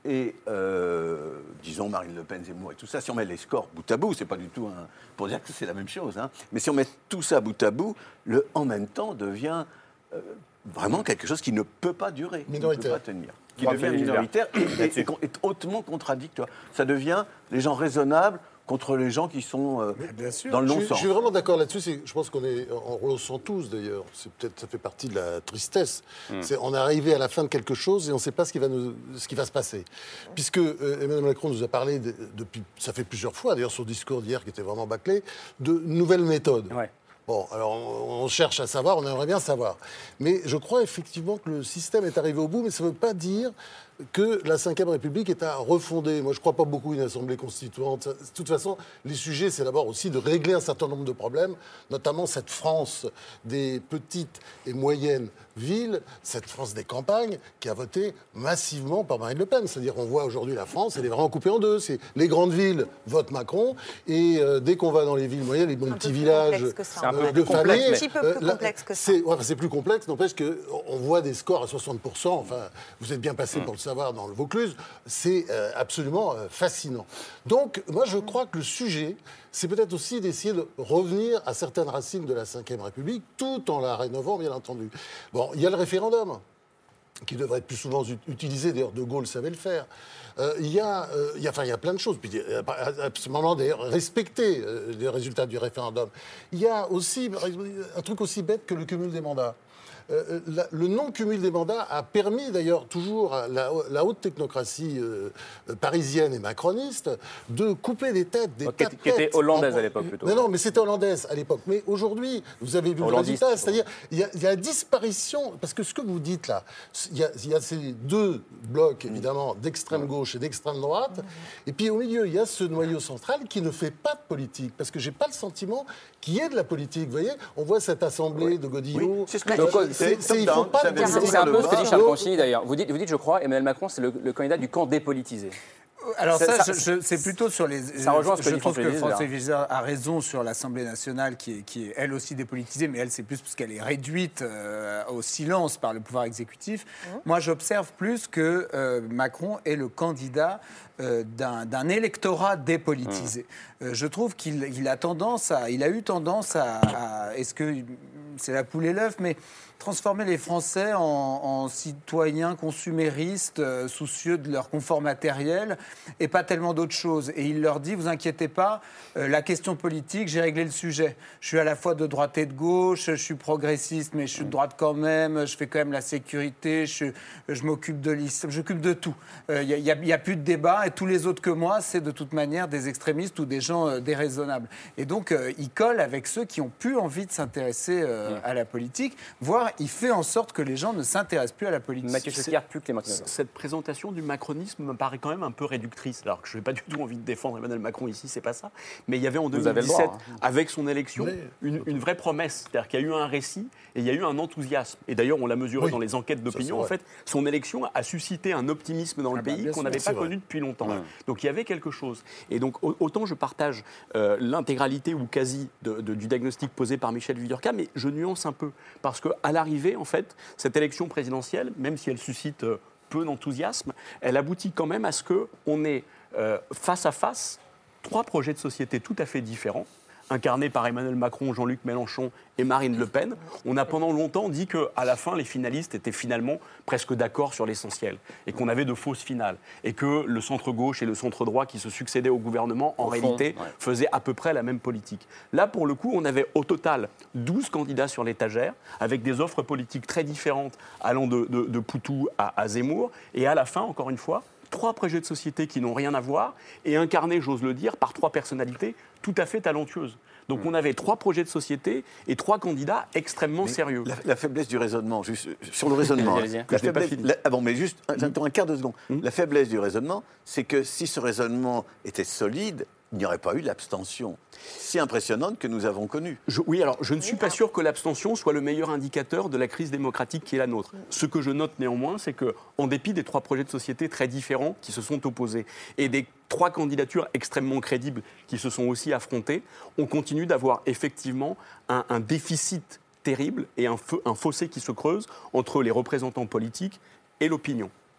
et, euh, disons, Marine Le Pen, Zemmour et tout ça, si on met les scores bout à bout, c'est pas du tout un, pour dire que c'est la même chose, hein, mais si on met tout ça bout à bout, le en même temps devient euh, vraiment quelque chose qui ne peut pas durer, minoritaire. qui ne peut pas tenir, qui devient minoritaire et, et, et, et hautement contradictoire. Ça devient les gens raisonnables contre les gens qui sont euh, dans le non-sens. Je, je suis vraiment d'accord là-dessus. C'est, je pense qu'on est, on le ressent tous d'ailleurs. C'est peut-être, ça fait partie de la tristesse. Mm. C'est, on est arrivé à la fin de quelque chose et on ne sait pas ce qui va, nous, ce qui va se passer. Puisque euh, Emmanuel Macron nous a parlé de, depuis, ça fait plusieurs fois, d'ailleurs son discours d'hier qui était vraiment bâclé, de nouvelles méthodes. Ouais. Bon, alors on, on cherche à savoir, on aimerait bien savoir. Mais je crois effectivement que le système est arrivé au bout, mais ça ne veut pas dire que la cinquième République est à refonder. Moi, je ne crois pas beaucoup à une assemblée constituante. De toute façon, les sujets, c'est d'abord aussi de régler un certain nombre de problèmes, notamment cette France des petites et moyennes villes, cette France des campagnes, qui a voté massivement par Marine Le Pen. C'est-à-dire qu'on voit aujourd'hui la France, elle est vraiment coupée en deux. C'est les grandes villes votent Macron, et euh, dès qu'on va dans les villes moyennes, les bons petits villages euh, de famille... Un petit peu plus euh, complexe que ça. C'est, ouais, c'est plus complexe, n'empêche qu'on voit des scores à soixante pour cent. Enfin, vous êtes bien passé mmh. pour le savoir dans le Vaucluse, c'est euh, absolument euh, fascinant. Donc, moi, je crois que le sujet, c'est peut-être aussi d'essayer de revenir à certaines racines de la cinquième République, tout en la rénovant, bien entendu. Bon, il y a le référendum, qui devrait être plus souvent utilisé, d'ailleurs, De Gaulle savait le faire. Euh, il, y a, euh, il, y a, enfin, il y a plein de choses. Puis, à ce moment, d'ailleurs, respecter euh, les résultats du référendum. Il y a aussi un truc aussi bête que le cumul des mandats. Euh, la, le non-cumul des mandats a permis d'ailleurs toujours à la, la haute technocratie euh, parisienne et macroniste de couper des têtes, des okay, tas de qui était têtes. hollandaise en... à l'époque plutôt. Non, non, mais c'était hollandaise à l'époque. Mais aujourd'hui, vous avez vu le résultat, c'est-à-dire il y, a, il y a la disparition, parce que ce que vous dites là, il y a, il y a ces deux blocs évidemment d'extrême gauche et d'extrême droite, et puis au milieu il y a ce noyau central qui ne fait pas de politique, parce que j'ai pas le sentiment qu'il y ait de la politique. Vous voyez, on voit cette assemblée oui. de Godillot. Oui, c'est ce que je C'est, c'est, il faut pas c'est un peu ce que dit Charles Consigny d'ailleurs. Vous dites, vous dites, je crois, Emmanuel Macron, c'est le, le candidat du camp dépolitisé. Alors ça, ça, je, je, c'est plutôt sur les... Ça rejoint ce que je dit trouve que François Vizeur a raison sur l'Assemblée nationale, qui est, qui est elle aussi dépolitisée, mais elle, c'est plus parce qu'elle est réduite euh, au silence par le pouvoir exécutif. Mmh. Moi, j'observe plus que euh, Macron est le candidat euh, d'un, d'un électorat dépolitisé. Mmh. Euh, je trouve qu'il il a tendance à... Il a eu tendance à... à est-ce que c'est la poule et l'œuf, mais... transformer les Français en, en citoyens consuméristes, euh, soucieux de leur confort matériel, et pas tellement d'autres choses. Et il leur dit, vous inquiétez pas, euh, la question politique, j'ai réglé le sujet. Je suis à la fois de droite et de gauche, je suis progressiste, mais je suis de droite quand même, je fais quand même la sécurité, je, je m'occupe de l'islam, je m'occupe de tout. Il euh, n'y a, a, a plus de débat, et tous les autres que moi, c'est de toute manière des extrémistes ou des gens euh, déraisonnables. Et donc, euh, il colle avec ceux qui ont plus envie de s'intéresser euh, à la politique, voire il fait en sorte que les gens ne s'intéressent plus à la politique. Mathieu Chesquière, plus que les Macron. Cette présentation du macronisme me paraît quand même un peu réductrice. Alors que je n'ai pas du tout envie de défendre Emmanuel Macron ici, c'est pas ça. Mais il y avait en deux mille dix-sept, droit, hein. avec son élection, Mais... une, une vraie promesse. C'est-à-dire qu'il y a eu un récit et il y a eu un enthousiasme. Et d'ailleurs, on l'a mesuré oui. dans les enquêtes d'opinion. En fait, son élection a suscité un optimisme dans ah le bah, pays qu'on n'avait pas connu depuis longtemps. Ouais. Donc il y avait quelque chose. Et donc autant je partage euh, l'intégralité ou quasi de, de, du diagnostic posé par Michel Villorca, mais je nuance un peu. Parce qu'à l'arrivée, en fait, cette élection présidentielle, même si elle suscite peu d'enthousiasme, elle aboutit quand même à ce qu'on ait euh, face à face trois projets de société tout à fait différents, incarnés par Emmanuel Macron, Jean-Luc Mélenchon et Marine Le Pen. On a pendant longtemps dit qu'à la fin, les finalistes étaient finalement presque d'accord sur l'essentiel et qu'on avait de fausses finales et que le centre-gauche et le centre-droit qui se succédaient au gouvernement, en au réalité, fond, ouais. faisaient à peu près la même politique. Là, pour le coup, on avait au total douze candidats sur l'étagère avec des offres politiques très différentes allant de, de, de Poutou à, à Zemmour. Et à la fin, encore une fois, trois projets de société qui n'ont rien à voir et incarnés, j'ose le dire, par trois personnalités tout à fait talentueuses. Donc mmh. on avait trois projets de société et trois candidats extrêmement mais sérieux. La, la faiblesse du raisonnement, juste sur le raisonnement. la faiblesse, la, ah bon, mais juste mmh. un quart de seconde. Mmh. La faiblesse du raisonnement, c'est que si ce raisonnement était solide, il n'y aurait pas eu l'abstention si impressionnante que nous avons connue. Je, oui, alors je ne suis pas sûr que l'abstention soit le meilleur indicateur de la crise démocratique qui est la nôtre. Ce que je note néanmoins, c'est qu'en dépit des trois projets de société très différents qui se sont opposés et des trois candidatures extrêmement crédibles qui se sont aussi affrontées, on continue d'avoir effectivement un, un déficit terrible et un, un fossé qui se creuse entre les représentants politiques et l'opinion.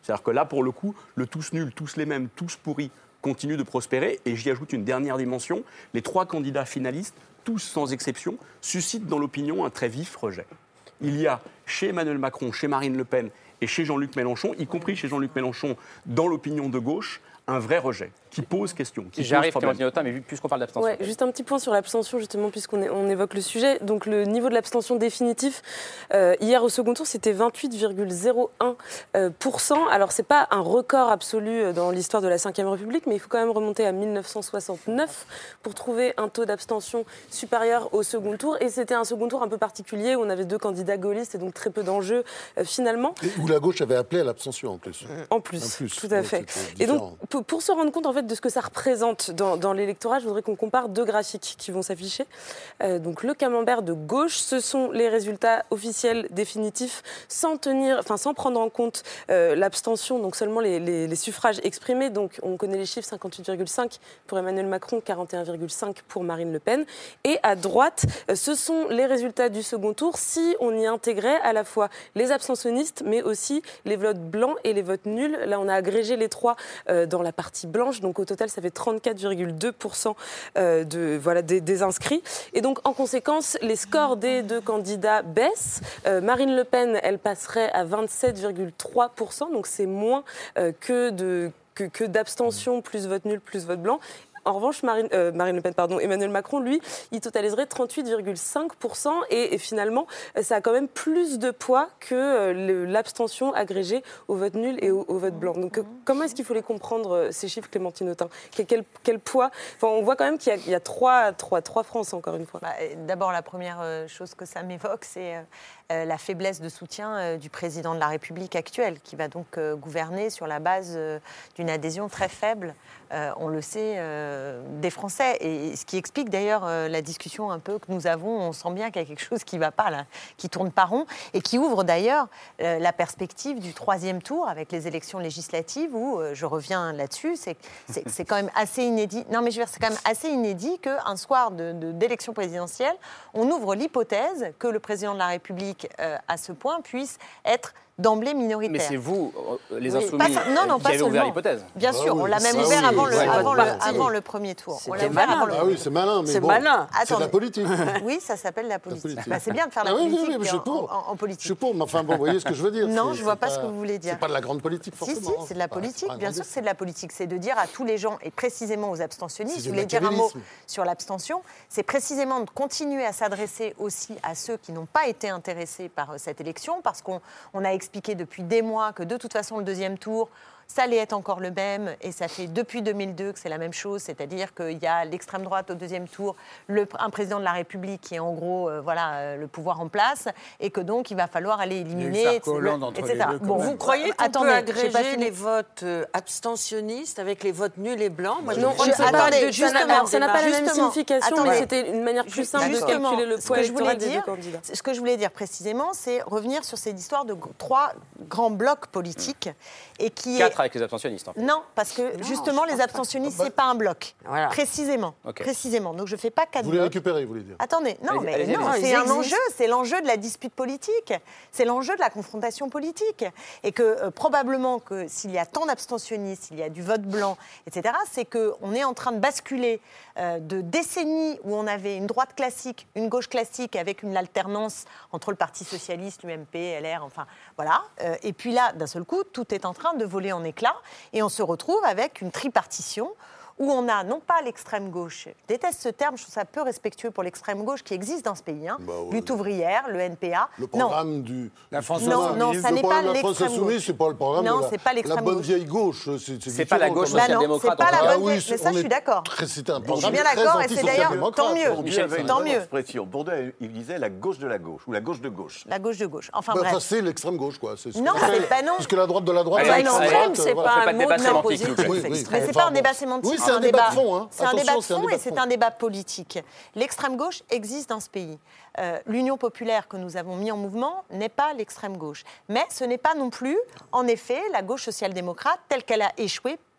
C'est-à-dire que là, pour le coup, le tous nuls, tous les mêmes, tous pourris continue de prospérer. Et j'y ajoute une dernière dimension. Les trois candidats finalistes, tous sans exception, suscitent dans l'opinion un très vif rejet. Il y a chez Emmanuel Macron, chez Marine Le Pen et chez Jean-Luc Mélenchon, y compris chez Jean-Luc Mélenchon, dans l'opinion de gauche, un vrai rejet qui pose question. Qui J'arrive, pose Clémentine Autain, mais puisqu'on parle d'abstention. Ouais, juste un petit point sur l'abstention, justement, puisqu'on est, on évoque le sujet. Donc, le niveau de l'abstention définitif, euh, hier au second tour, c'était vingt-huit virgule zéro un pour cent. Alors, ce n'est pas un record absolu dans l'histoire de la cinquième République, mais il faut quand même remonter à mille neuf cent soixante-neuf pour trouver un taux d'abstention supérieur au second tour. Et c'était un second tour un peu particulier, où on avait deux candidats gaullistes et donc très peu d'enjeux, euh, finalement. Et où la gauche avait appelé à l'abstention, en plus. En plus, en plus tout à donc, fait. Et donc, pour, pour se rendre compte, en fait, de ce que ça représente Dans, dans l'électorat, je voudrais qu'on compare deux graphiques qui vont s'afficher. Euh, donc le camembert de gauche, ce sont les résultats officiels définitifs, sans tenir, enfin sans prendre en compte euh, l'abstention, donc seulement les, les, les suffrages exprimés. Donc on connaît les chiffres, cinquante-huit virgule cinq pour Emmanuel Macron, quarante et un virgule cinq pour Marine Le Pen. Et à droite, euh, ce sont les résultats du second tour, si on y intégrait à la fois les abstentionnistes, mais aussi les votes blancs et les votes nuls. Là, on a agrégé les trois euh, dans la partie blanche, donc au total, ça fait trente-quatre virgule deux pour cent de, voilà, des, des inscrits. Et donc, en conséquence, les scores des deux candidats baissent. Euh, Marine Le Pen, elle passerait à vingt-sept virgule trois pour cent, donc c'est moins euh, que, de, que, que d'abstention, plus vote nul, plus vote blanc. En revanche, Marine, euh, Marine Le Pen, pardon, Emmanuel Macron, lui, il totaliserait trente-huit virgule cinq pour cent et, et finalement, ça a quand même plus de poids que euh, le, l'abstention agrégée au vote nul et au, au vote blanc. Donc, euh, comment est-ce qu'il faut les comprendre, euh, ces chiffres, Clémentine Autain ? quel, quel, quel poids ? Enfin, on voit quand même qu'il y a, il y a trois, trois, trois France, encore une fois. Bah, d'abord, la première chose que ça m'évoque, c'est euh, la faiblesse de soutien euh, du président de la République actuel, qui va donc euh, gouverner sur la base euh, d'une adhésion très faible, euh, on le sait, euh, des Français. Et ce qui explique d'ailleurs euh, la discussion un peu que nous avons, on sent bien qu'il y a quelque chose qui ne va pas, là, qui ne tourne pas rond, et qui ouvre d'ailleurs euh, la perspective du troisième tour avec les élections législatives, où, euh, je reviens là-dessus, c'est, c'est, c'est quand même assez inédit. Non, mais je veux dire, c'est quand même assez inédit qu'un soir de, de, d'élection présidentielle, on ouvre l'hypothèse que le président de la République, euh, à ce point, puisse être d'emblée minoritaire. Mais c'est vous, les oui, Insoumis, pas, non, non, qui pas avez seulement. ouvert l'hypothèse. Bien sûr, ah oui, on l'a même ah ouvert oui, avant, le, ouais, avant, ouais, le, ouais. avant le premier tour. C'est On l'a ouvert avant le... Ah oui, c'est malin, mais c'est bon, malin. c'est de la politique. Oui, ça s'appelle la politique. La politique. Bah, c'est bien de faire la ah oui, politique oui, oui, je suis pour. en, en, en politique. Je suis pour, mais enfin, bon, vous voyez ce que je veux dire. Non, c'est, je ne vois pas, pas ce que vous voulez dire. C'est pas de la grande politique, forcément. Si, si, c'est de la politique. Ah, bien sûr que c'est de la politique. C'est de dire à tous les gens, et précisément aux abstentionnistes, c'est je voulais dire un mot sur l'abstention, c'est précisément de continuer à s'adresser aussi à ceux qui n'ont pas été intéressés par cette élection, parce qu'on on a expliqué depuis des mois que de toute façon, le deuxième tour, ça allait être encore le même, et ça fait depuis deux mille deux que c'est la même chose, c'est-à-dire qu'il y a l'extrême droite au deuxième tour, le, un président de la République qui est en gros euh, voilà, euh, le pouvoir en place, et que donc il va falloir aller éliminer, et cetera. Bon, vous croyez qu'on attendez, peut agréger les votes euh, abstentionnistes avec les votes nuls et blancs? Moi, je non, je, attendez, justement, ça n'a pas la même signification, attendez, mais c'était une manière plus simple de calculer le poids électoral des deux candidats. Ce que je voulais dire précisément, c'est revenir sur cette histoire de trois grands blocs politiques, et qui Quatre est... avec les abstentionnistes. En fait. Non, parce que non, justement, les abstentionnistes, c'est pas un bloc. Voilà. Précisément. Okay. Précisément. Donc, je ne fais pas quatre blocs. Vous les récupérez, vous voulez dire? Attendez, non, allez, mais allez, non, allez, c'est un enjeu. C'est l'enjeu de la dispute politique. C'est l'enjeu de la confrontation politique. Et que euh, probablement que s'il y a tant d'abstentionnistes, s'il y a du vote blanc, et cetera, c'est qu'on est en train de basculer euh, de décennies où on avait une droite classique, une gauche classique, avec une alternance entre le Parti socialiste, l'U M P, L R, enfin, voilà. Euh, et puis là, d'un seul coup, tout est en train de voler en éclats. Et on se retrouve avec une tripartition où on a non pas l'extrême gauche, je déteste ce terme, je trouve ça peu respectueux pour l'extrême gauche qui existe dans ce pays, hein, bah ouais. Lutte ouvrière, le N P A. Le programme non. du... La France Non, non, ça n'est pas l'extrême gauche. C'est pas le programme non, de la, c'est pas l'extrême la bonne gauche. vieille gauche. C'est, c'est, c'est pas la gauche social-démocrate. Bah non, c'est pas la bonne ah, vieille... oui, mais ça, je suis d'accord. Très, c'était un je suis bien d'accord, et c'est d'ailleurs tant mieux. Bourdieu avait une tant bonne mieux. expression. Bourdieu, il disait la gauche de la gauche, ou la gauche de gauche. La gauche de gauche. Enfin bah, bref. Enfin, c'est l'extrême gauche, quoi. C'est non, c'est pas non. Parce que la droite de la droite... L'extrême, c'est pas un mot de sémantique. Mais c'est pas un débat sémantique. Oui, c'est un débat de fond, hein. C'est un débat de fond et c'est un débat politique. L'extrême gauche existe dans ce pays. Euh, L'Union populaire que nous avons mis en mouvement n'est pas l'extrême gauche. Mais ce n'est pas non plus, en effet, la gauche social-démocrate telle qu'elle a échoué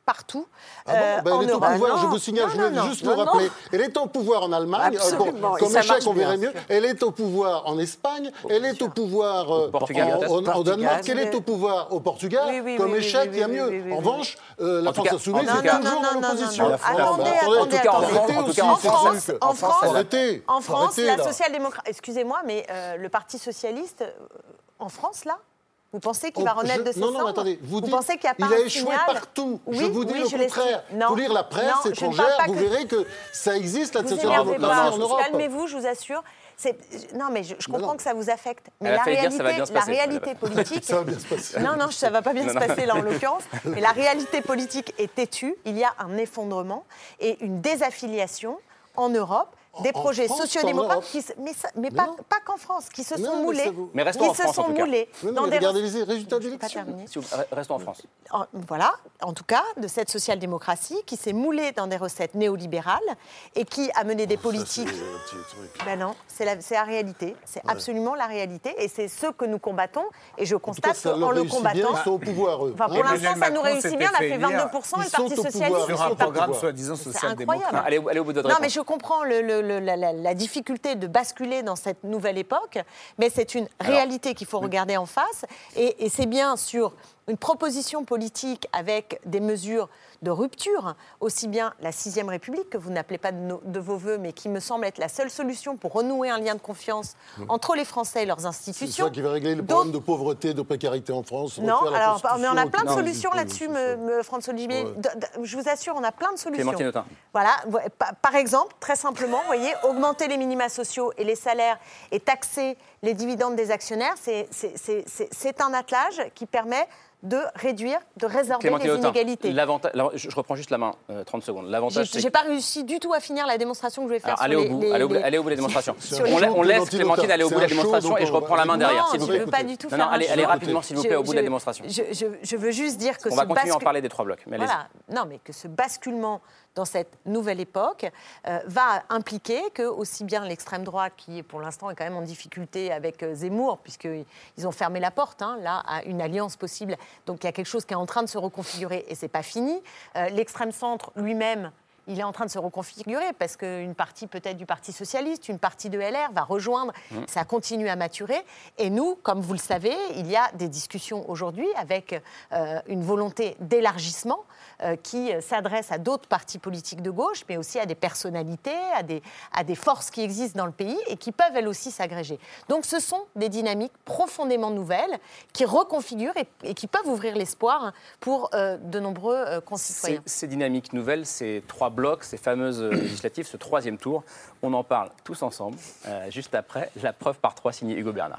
partout ah bon euh, ben, en elle est au Europe. pouvoir, Non, je vous signale, non, je vais non, juste non, le rappeler. non. Elle est au pouvoir en Allemagne, Absolument, bon, et comme ça échec marche on verrait bien. mieux. Elle est au pouvoir en Espagne, elle est au pouvoir euh, Portugal, en, en- en Danemark, Portugal. elle est au pouvoir au Portugal. Oui, oui, Comme oui, échec, oui, il y a oui, mieux. oui, oui, En oui. revanche, euh, la En tout France cas- insoumise en tout est cas- toujours non, dans non, non, l'opposition. non, non. Ah, Attendez, bah, attendez, En tout cas, en attendez. France, Arrêtez en tout aussi, cas, en ces France, trucs. En France, Arrêtez. en France, Arrêtez, la là. social-démocratie. Excusez-moi, mais euh, le Parti socialiste, euh, en France, là, vous pensez qu'il Oh, va renaître je- de ses non, cendres non, attendez, vous dites, pensez qu'il n'y a pas il a un échoué signal partout. Oui, je vous dis oui, le je l'estime. contraire. Non, Faut lire la presse non, je ne étrangère, parle pas vous que- verrez que ça existe, la Vous social-démocratie énervez pas, en Europe. calmez-vous, je vous assure. C'est- Non, mais je, je comprends non. que ça vous affecte. Mais Elle a la failli dire, réalité, ça va bien se la passer. réalité politique. Ça va bien se passer. Non, non, ça va pas bien Non, se non. passer là en l'occurrence. Mais la réalité politique est têtue. Il y a un effondrement et une désaffiliation en Europe. Des En projets France, sociodémocrates, en Europe. qui se- mais, ça- mais, Mais pas, non. pas qu'en France, qui se Non, sont mais moulés. ça vous- Mais restons qui en se France, en sont tout cas. moulés Non, non, dans mais des regardez les résultats Je vais pas d'élection. terminer. Si vous- Restons en France. En- voilà, en tout cas, de cette social-démocratie qui s'est moulée dans des recettes néolibérales et qui a mené des politiques. Ça, c'est un petit truc. Ben non, c'est la, c'est la réalité. C'est absolument la réalité. Et c'est ce que nous combattons. Et je En tout cas, constate ça leur qu'en le réussit combattant. bien, ils sont au pouvoir, eux. Enfin, pour Hein. l'instant, Emmanuel ça nous Macron réussit s'était bien. On a fait fait élire. vingt-deux pour cent et Ils le Parti sont au Socialiste. pouvoir. Sur c'est un pas- programme pouvoir. soi-disant C'est social-démocrate. incroyable. Allez, allez au bout de votre Non, réponse. mais je comprends le- le- le- la, la- la difficulté de basculer dans cette nouvelle époque, mais c'est une réalité qu'il faut regarder en face. Et, et c'est bien sur une proposition politique avec des mesures de rupture, aussi bien la sixième République, que vous n'appelez pas de, nos- de vos voeux, mais qui me semble être la seule solution pour renouer un lien de confiance entre les Français et leurs C'est institutions. ça qui va régler le Donc- problème de pauvreté, de précarité en France. Non, refaire la alors, mais on a Constitution plein de qui solutions existe, là-dessus, oui, me, c'est ça. me- François-Olivier. Ouais. De- de- Je vous assure, on a plein de solutions. Clémentine Autain. Voilà, vo- pa- par exemple, très simplement, vous voyez, augmenter les minima sociaux et les salaires et taxer les dividendes des actionnaires, c'est- c'est c'est- c'est- c'est un attelage qui permet de réduire, de résorber Clémentine les Autain, inégalités. l'avantage- alors, je je reprends juste la main, euh, trente secondes. L'avantage, J'ai c'est j'ai pas réussi du tout à finir la démonstration que je vais faire Alors, sur allez, les, au bout, les- allez, au bout, les- allez au bout de la démonstration. sur On, les- la- on laisse Clémentine Clémentine Autain. aller au bout de la C'est un show, démonstration donc et je on reprends va- la main derrière, Non, s'il vous je plaît. veux pas du tout Non, faire non, un allez, show. allez rapidement, s'il vous plaît, Je- au bout de la je- démonstration. Je, je- je veux juste dire que On ce va continuer à en bascule- parler des trois blocs. Mais allez-y. Voilà, non, mais que ce basculement dans cette nouvelle époque euh, va impliquer que aussi bien l'extrême droite, qui pour l'instant est quand même en difficulté avec euh, Zemmour, puisqu'ils ont fermé la porte hein, là à une alliance possible, donc il y a quelque chose qui est en train de se reconfigurer et c'est pas fini. Euh, l'extrême centre lui-même, il est en train de se reconfigurer parce qu'une partie peut-être du Parti socialiste, une partie de L R va rejoindre, Mmh. ça continue à maturer. Et nous, comme vous le savez, il y a des discussions aujourd'hui avec euh, une volonté d'élargissement euh, qui euh, s'adresse à d'autres partis politiques de gauche, mais aussi à des personnalités, à des, à des forces qui existent dans le pays et qui peuvent elles aussi s'agréger. Donc ce sont des dynamiques profondément nouvelles qui reconfigurent et, et qui peuvent ouvrir l'espoir pour euh, de nombreux euh, concitoyens. Ces, ces dynamiques nouvelles, ces trois blocs, ces fameuses euh, législatives, ce troisième tour, on en parle tous ensemble, euh, juste après la preuve par trois signée Hugo Bernard.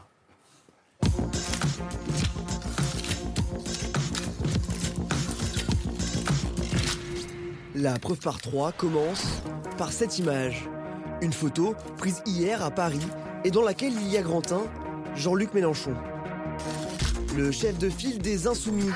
La preuve par trois commence par cette image. Une photo prise hier à Paris et dans laquelle il y a Grantin, Jean-Luc Mélenchon. Le chef de file des Insoumis.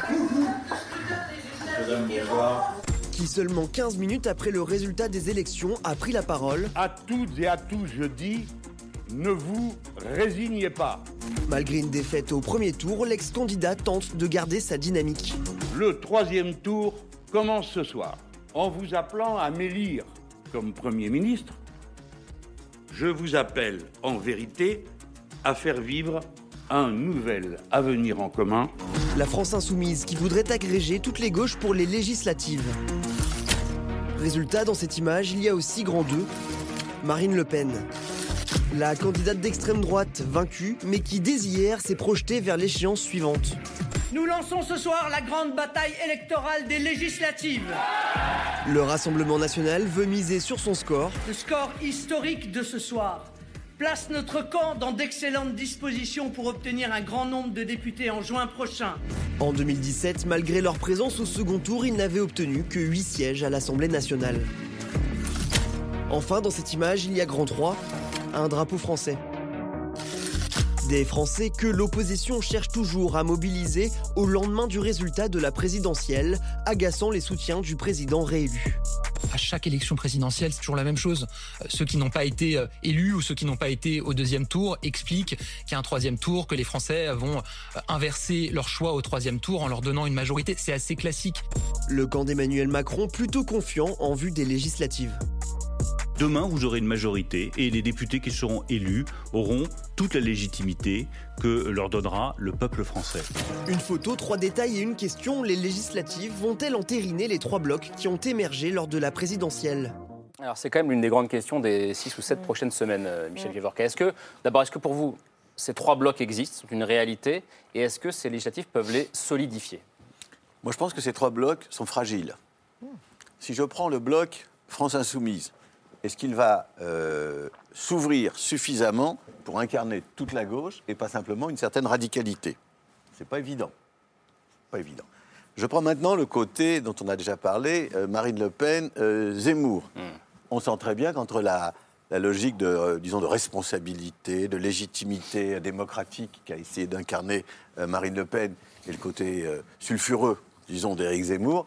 Qui seulement quinze minutes après le résultat des élections a pris la parole. À toutes et à tous, je dis, ne vous résignez pas. Malgré une défaite au premier tour, l'ex-candidat tente de garder sa dynamique. Le troisième tour commence ce soir. En vous appelant à m'élire comme Premier ministre, je vous appelle en vérité à faire vivre un nouvel avenir en commun. La France insoumise qui voudrait agréger toutes les gauches pour les législatives. Résultat, dans cette image, il y a aussi grand deux, Marine Le Pen. La candidate d'extrême droite vaincue, mais qui dès hier s'est projetée vers l'échéance suivante. Nous lançons ce soir la grande bataille électorale des législatives. Le Rassemblement national veut miser sur son score. Le score historique de ce soir place notre camp dans d'excellentes dispositions pour obtenir un grand nombre de députés en juin prochain. En deux mille dix-sept, malgré leur présence au second tour, ils n'avaient obtenu que huit sièges à l'Assemblée nationale. Enfin, dans cette image, il y a grand trois, un drapeau français. Des Français que l'opposition cherche toujours à mobiliser au lendemain du résultat de la présidentielle, agaçant les soutiens du président réélu. À chaque élection présidentielle, c'est toujours la même chose. Ceux qui n'ont pas été élus ou ceux qui n'ont pas été au deuxième tour expliquent qu'il y a un troisième tour, que les Français vont inverser leur choix au troisième tour en leur donnant une majorité. C'est assez classique. Le camp d'Emmanuel Macron plutôt confiant en vue des législatives. Demain, vous aurez une majorité et les députés qui seront élus auront toute la légitimité que leur donnera le peuple français. Une photo, trois détails et une question. Les législatives vont-elles entériner les trois blocs qui ont émergé lors de la présidentielle ? Alors c'est quand même l'une des grandes questions des six ou sept mmh. prochaines semaines, euh, Michel mmh. Vivorca. Est-ce que, d'abord, est-ce que pour vous, ces trois blocs existent, sont une réalité, et est-ce que ces législatives peuvent les solidifier ? Moi, je pense que ces trois blocs sont fragiles. Mmh. Si je prends le bloc France Insoumise, est-ce qu'il va euh, s'ouvrir suffisamment pour incarner toute la gauche et pas simplement une certaine radicalité ? C'est pas évident. Pas évident. Je prends maintenant le côté dont on a déjà parlé, euh, Marine Le Pen, euh, Zemmour. Mm. On sent très bien qu'entre la, la logique de, euh, disons, de responsabilité, de légitimité démocratique qu'a essayé d'incarner euh, Marine Le Pen et le côté euh, sulfureux, disons, d'Éric Zemmour,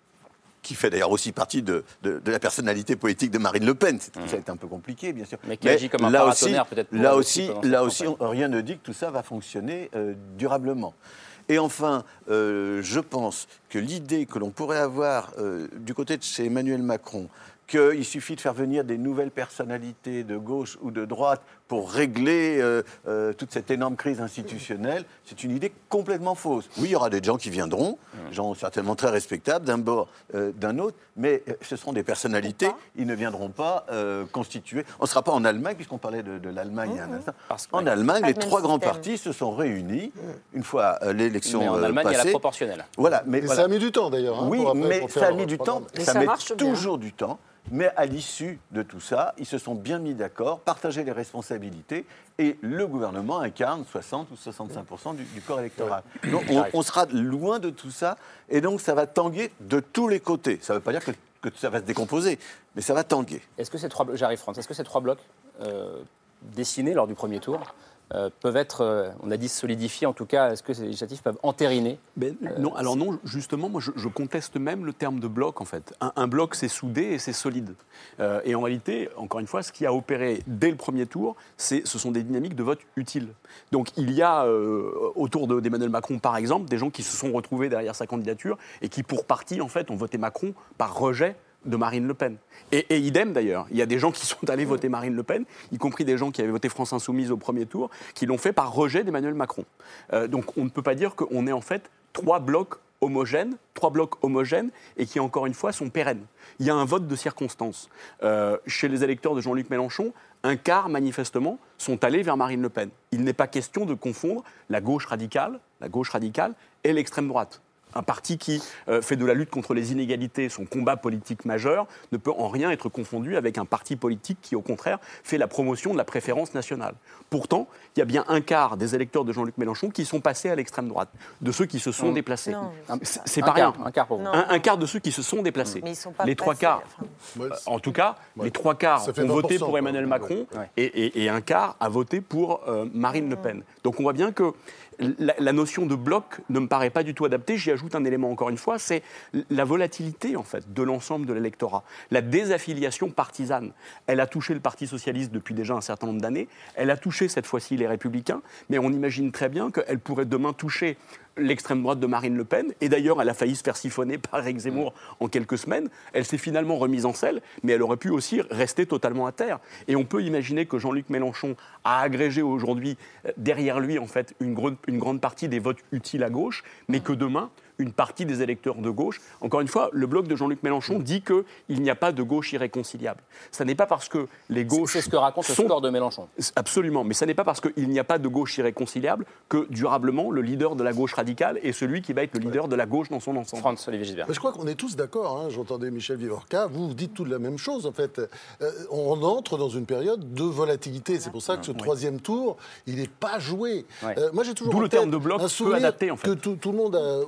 qui fait d'ailleurs aussi partie de, de, de la personnalité politique de Marine Le Pen. C'est, mmh. Ça a été un peu compliqué, bien sûr. Mais qui Mais agit comme un paratonnerre, peut-être. Là aussi, là aussi on, rien ne dit que tout ça va fonctionner euh, durablement. Et enfin, euh, je pense que l'idée que l'on pourrait avoir euh, du côté de chez Emmanuel Macron, qu'il suffit de faire venir des nouvelles personnalités de gauche ou de droite pour régler euh, euh, toute cette énorme crise institutionnelle, c'est une idée complètement fausse. Oui, il y aura des gens qui viendront, des gens certainement très respectables d'un bord, euh, d'un autre, mais ce seront des personnalités, ils ne viendront pas euh, constituer... On ne sera pas en Allemagne, puisqu'on parlait de, de l'Allemagne il y a un instant. En Allemagne, les trois grands partis se sont réunis, une fois euh, l'élection passée. Mais en Allemagne, passée. il y a la proportionnelle. Voilà, mais Et voilà. ça a mis du temps, d'ailleurs. Hein, oui, pour après, mais pour ça a faire mis du temps, Mais ça, ça met marche toujours du temps. Mais à l'issue de tout ça, ils se sont bien mis d'accord, partagé les responsabilités, et le gouvernement incarne soixante ou soixante-cinq pour cent du, du corps électoral. Donc on, on sera loin de tout ça, et donc ça va tanguer de tous les côtés. Ça ne veut pas dire que, que ça va se décomposer, mais ça va tanguer. Est-ce que ces trois, j'arrive France, est-ce que ces trois blocs euh, dessinés lors du premier tour Euh, peuvent être, euh, on a dit solidifiés, en tout cas, est-ce que ces législatives peuvent entériner ben, euh, Non, alors non, justement, moi je, je conteste même le terme de bloc, en fait. Un, un bloc, c'est soudé et c'est solide. Euh, et en réalité, encore une fois, ce qui a opéré dès le premier tour, c'est, ce sont des dynamiques de vote utiles. Donc il y a, euh, autour de, d'Emmanuel Macron, par exemple, des gens qui se sont retrouvés derrière sa candidature et qui, pour partie, en fait, ont voté Macron par rejet de Marine Le Pen. Et, et idem d'ailleurs, il y a des gens qui sont allés voter Marine Le Pen, y compris des gens qui avaient voté France Insoumise au premier tour, qui l'ont fait par rejet d'Emmanuel Macron. Euh, donc on ne peut pas dire qu'on est en fait trois blocs homogènes, trois blocs homogènes et qui encore une fois sont pérennes. Il y a un vote de circonstance. Euh, chez les électeurs de Jean-Luc Mélenchon, un quart manifestement sont allés vers Marine Le Pen. Il n'est pas question de confondre la gauche radicale, la gauche radicale et l'extrême droite. Un parti qui euh, fait de la lutte contre les inégalités son combat politique majeur ne peut en rien être confondu avec un parti politique qui, au contraire, fait la promotion de la préférence nationale. Pourtant, il y a bien un quart des électeurs de Jean-Luc Mélenchon qui sont passés à l'extrême droite, de ceux qui se sont mmh. déplacés. Non. C'est, c'est pas rien. Un quart pour vous. Un, un quart de ceux qui se sont déplacés. Mais ils sont pas les trois passés, quarts, enfin... euh, en tout cas, ouais. les trois quarts ont voté pour Emmanuel Macron ouais. et, et, et un quart a voté pour euh, Marine mmh. Le Pen. Donc on voit bien que La, la notion de bloc ne me paraît pas du tout adaptée. J'y ajoute un élément, encore une fois, c'est la volatilité, en fait, de l'ensemble de l'électorat. La désaffiliation partisane. Elle a touché le Parti socialiste depuis déjà un certain nombre d'années. Elle a touché, cette fois-ci, les Républicains. Mais on imagine très bien qu'elle pourrait demain toucher l'extrême droite de Marine Le Pen. Et d'ailleurs, elle a failli se faire siphonner par Éric Zemmour en quelques semaines. Elle s'est finalement remise en selle, mais elle aurait pu aussi rester totalement à terre. Et on peut imaginer que Jean-Luc Mélenchon a agrégé aujourd'hui, derrière lui, en fait, une, gro- une grande partie des votes utiles à gauche, mais que demain, une partie des électeurs de gauche. Encore une fois, le bloc de Jean-Luc Mélenchon dit qu'il n'y a pas de gauche irréconciliable. Ça n'est pas parce que les gauches... C'est ce que raconte sont... le score de Mélenchon. Absolument, mais ça n'est pas parce qu'il n'y a pas de gauche irréconciliable que, durablement, le leader de la gauche radicale est celui qui va être le leader de la gauche dans son ensemble. France Olivier Gisbert. Je crois qu'on est tous d'accord, hein. J'entendais Michel Vivorca, vous, vous dites toute la même chose, en fait. Euh, on entre dans une période de volatilité. C'est pour ça que ce oui. troisième tour, il n'est pas joué. Ouais. Euh, moi, j'ai toujours D'où le terme de bloc peu adapté, en fait. Que tout, tout le monde a oublié,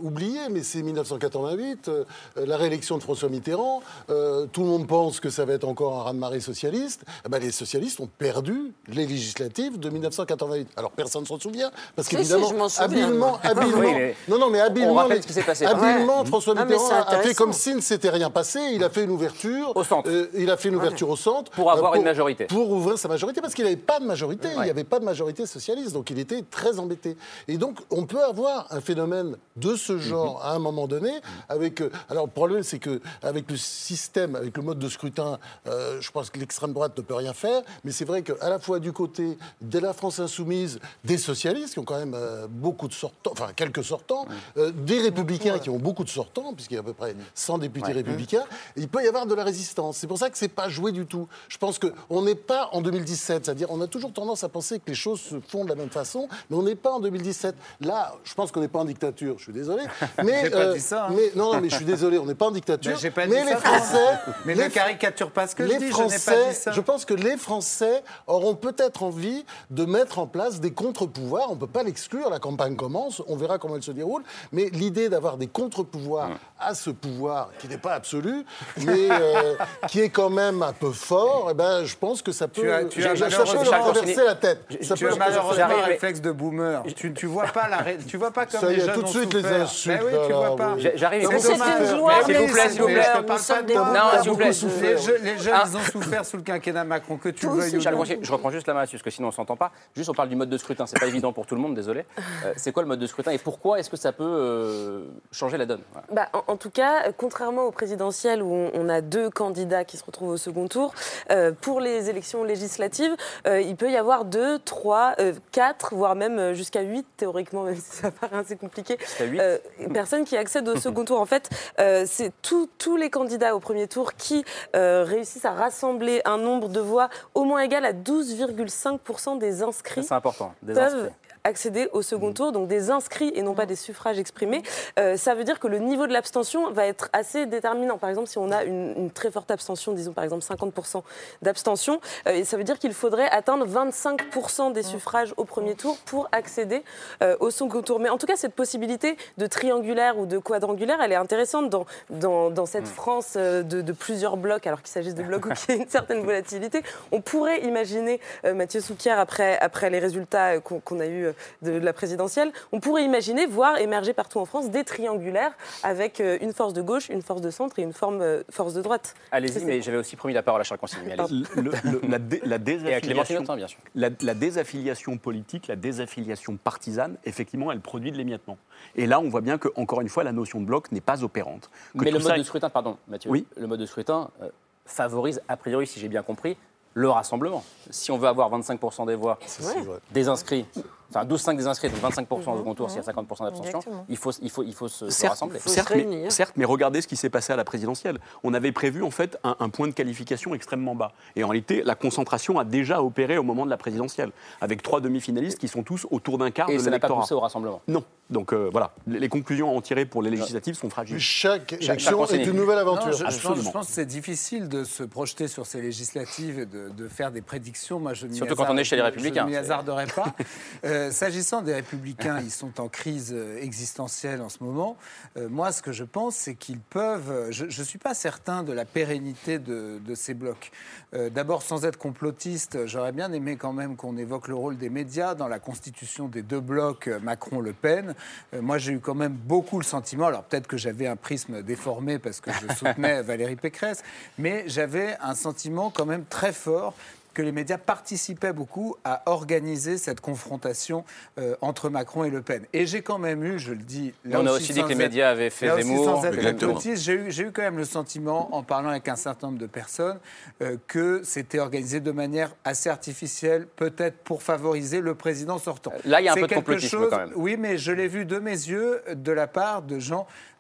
mais c'est mille neuf cent quatre-vingt-huit, euh, la réélection de François Mitterrand. Euh, tout le monde pense que ça va être encore un raz-de-marée socialiste. Eh ben, les socialistes ont perdu les législatives de mille neuf cent quatre-vingt-huit. Alors personne ne s'en souvient, parce Si, qu'évidemment, si, je m'en souviens, habilement, moi. habilement, Oui, mais non, non, mais habilement, on rappelle ce qui s'est passé. habilement, Ouais. François Ah, mais Mitterrand c'est a fait intéressant. comme s'il ne s'était rien passé. Il a fait une ouverture Au centre. Euh, il a fait une ouverture au centre Pour avoir euh, une majorité. Pour ouvrir sa majorité, parce qu'il n'avait pas de majorité. Il Ouais. n'y avait pas de majorité socialiste, donc il était très embêté. Et donc, on peut avoir un phénomène de ce genre à un moment donné. Avec, euh, alors, le problème, c'est qu'avec le système, avec le mode de scrutin, euh, je pense que l'extrême droite ne peut rien faire. Mais c'est vrai qu'à la fois du côté de la France insoumise, des socialistes, qui ont quand même euh, beaucoup de sortants, enfin quelques sortants, euh, des républicains qui ont beaucoup de sortants, puisqu'il y a à peu près cent députés Ouais. républicains, il peut y avoir de la résistance. C'est pour ça que c'est pas joué du tout. Je pense qu'on n'est pas en deux mille dix-sept, c'est-à-dire on a toujours tendance à penser que les choses se font de la même façon, mais on n'est pas en deux mille dix-sept. Là, je pense qu'on n'est pas en dictature, je suis désolé. Mais, J'ai pas dit ça, hein. mais non, non, mais je suis désolé, on n'est pas en dictature. Mais j'ai pas mais dit les ça, Français, Mais les ne caricature pas ce que les je dis, Français, je n'ai pas dit ça. je pense que les Français auront peut-être envie de mettre en place des contre-pouvoirs. On ne peut pas l'exclure, la campagne commence, on verra comment elle se déroule. Mais l'idée d'avoir des contre-pouvoirs à ce pouvoir, qui n'est pas absolu, mais euh, qui est quand même un peu fort, eh ben, je pense que ça peut... Tu as, tu as ça malheureusement- peut leur renverser la tête. Ça Tu peut as leur malheureusement renverser la un tête. réflexe de boomer. Tu, tu vois pas la, ré- tu vois pas comme Ça y les est, jeunes tout de ont suite, les souffert. insultes, Ben oui, tu là, vois là, pas. oui. J'arrive. C'est Mais c'est dommage. une joie, S'il vous plaît, s'il vous mais plaît. je te Nous parle sommes pas de des moi. Non, boomers. s'il vous plaît. Les, jeux- les jeunes, Ah. ils ont souffert sous le quinquennat Macron, que tu le Tous, veuilles ou Charles non. Gouachier, je reprends juste la main là-dessus, parce que sinon on ne s'entend pas. Juste, on parle du mode de scrutin. C'est pas évident pour tout le monde, désolé. Euh, c'est quoi le mode de scrutin et pourquoi est-ce que ça peut euh, changer la donne? Voilà. Bah, en, en tout cas, contrairement aux présidentielles où on, on a deux candidats qui se retrouvent au second tour, euh, pour les élections législatives, euh, il peut y avoir deux, trois, euh, quatre, voire même euh, jusqu'à huit, théoriquement, même si ça paraît assez compliqué, Jusqu'à huit euh, personnes qui accèdent au second tour. En fait, euh, c'est tout- tous les candidats au premier tour qui euh, réussissent à rassembler un nombre de voix au moins égal à douze virgule cinq pour cent des Ça, inscrits c'est important. Des peuvent inscrits. accéder au second tour, donc des inscrits et non pas des suffrages exprimés. Euh, ça veut dire que le niveau de l'abstention va être assez déterminant. Par exemple, si on a une, une très forte abstention, disons par exemple cinquante pour cent d'abstention, euh, ça veut dire qu'il faudrait atteindre vingt-cinq pour cent des suffrages au premier tour pour accéder euh, au second tour. Mais en tout cas, cette possibilité de triangulaire ou de quadrangulaire, elle est intéressante dans, dans, dans cette France euh, de, de plusieurs blocs, alors qu'il s'agisse de blocs où il y a une certaine volatilité. On pourrait imaginer, euh, Mathieu Souquier, après, après les résultats qu'on qu'on a eus de la présidentielle, on pourrait imaginer voir émerger partout en France des triangulaires avec euh, une force de gauche, une force de centre et une forme, euh, force de droite. Allez-y, mais j'avais aussi promis la parole à Charles Consigny. mais allez-y. Le- le- la, dé- la Et à Clémentine désaffiliation, Autain, bien sûr. la, la désaffiliation politique, la désaffiliation partisane, effectivement, elle produit de l'émiettement. Et là, on voit bien que, encore une fois, la notion de bloc n'est pas opérante. Que Mais le tout mode ça- de scrutin, pardon, Mathieu, Oui. le mode de scrutin euh, favorise, a priori, si j'ai bien compris, le rassemblement. Si on veut avoir vingt-cinq pour cent des voix c'est vrai. des inscrits, enfin douze virgule cinq des inscrits, donc vingt-cinq pour cent au Mhm, second tour, s'il y a mhm. cinquante pour cent d'abstention, Exactement. il faut, il, faut, il faut se, se Certes, rassembler. faut se certes, mais, réunir. certes, mais regardez ce qui s'est passé à la présidentielle. On avait prévu en fait un, un point de qualification extrêmement bas. Et en réalité, la concentration a déjà opéré au moment de la présidentielle, avec trois demi-finalistes qui sont tous autour d'un quart Et de ça n'a pas l'électorat. poussé au rassemblement. Non. Donc euh, voilà, les, les conclusions à en tirer pour les législatives sont fragiles. Chaque chaque élection est conseiller. une nouvelle Non, aventure. je, je pense, Absolument. je pense que c'est difficile de se projeter sur ces législatives et de, de faire des prédictions. Moi, je ne m'y Surtout quand hasarde- on est chez les je- Républicains, Je ne m'y c'est- hasarderai pas. Euh, S'agissant des Républicains, ils sont en crise euh, existentielle en ce moment. Euh, moi, ce que je pense, c'est qu'ils peuvent... Je ne suis pas certain de la pérennité de, de ces blocs. Euh, D'abord, sans être complotiste, j'aurais bien aimé quand même qu'on évoque le rôle des médias dans la constitution des deux blocs euh, Macron-Le Pen. Euh, moi, j'ai eu quand même beaucoup le sentiment, alors peut-être que j'avais un prisme déformé parce que je soutenais Valérie Pécresse, mais j'avais un sentiment quand même très fort que les médias participaient beaucoup à organiser cette confrontation euh, entre Macron et Le Pen. Et j'ai quand même eu, je le dis... Mais on a aussi dit sans que les être- médias avaient fait là aussi, Zemmour. sans être Exactement. complotiste, j'ai eu, j'ai eu quand même le sentiment, en parlant avec un certain nombre de personnes, euh, que c'était organisé de manière assez artificielle, peut-être pour favoriser le président sortant. Là, il y a un C'est peu de quelque complotisme chose- quand même. Oui, mais je l'ai vu de mes yeux de la part de gens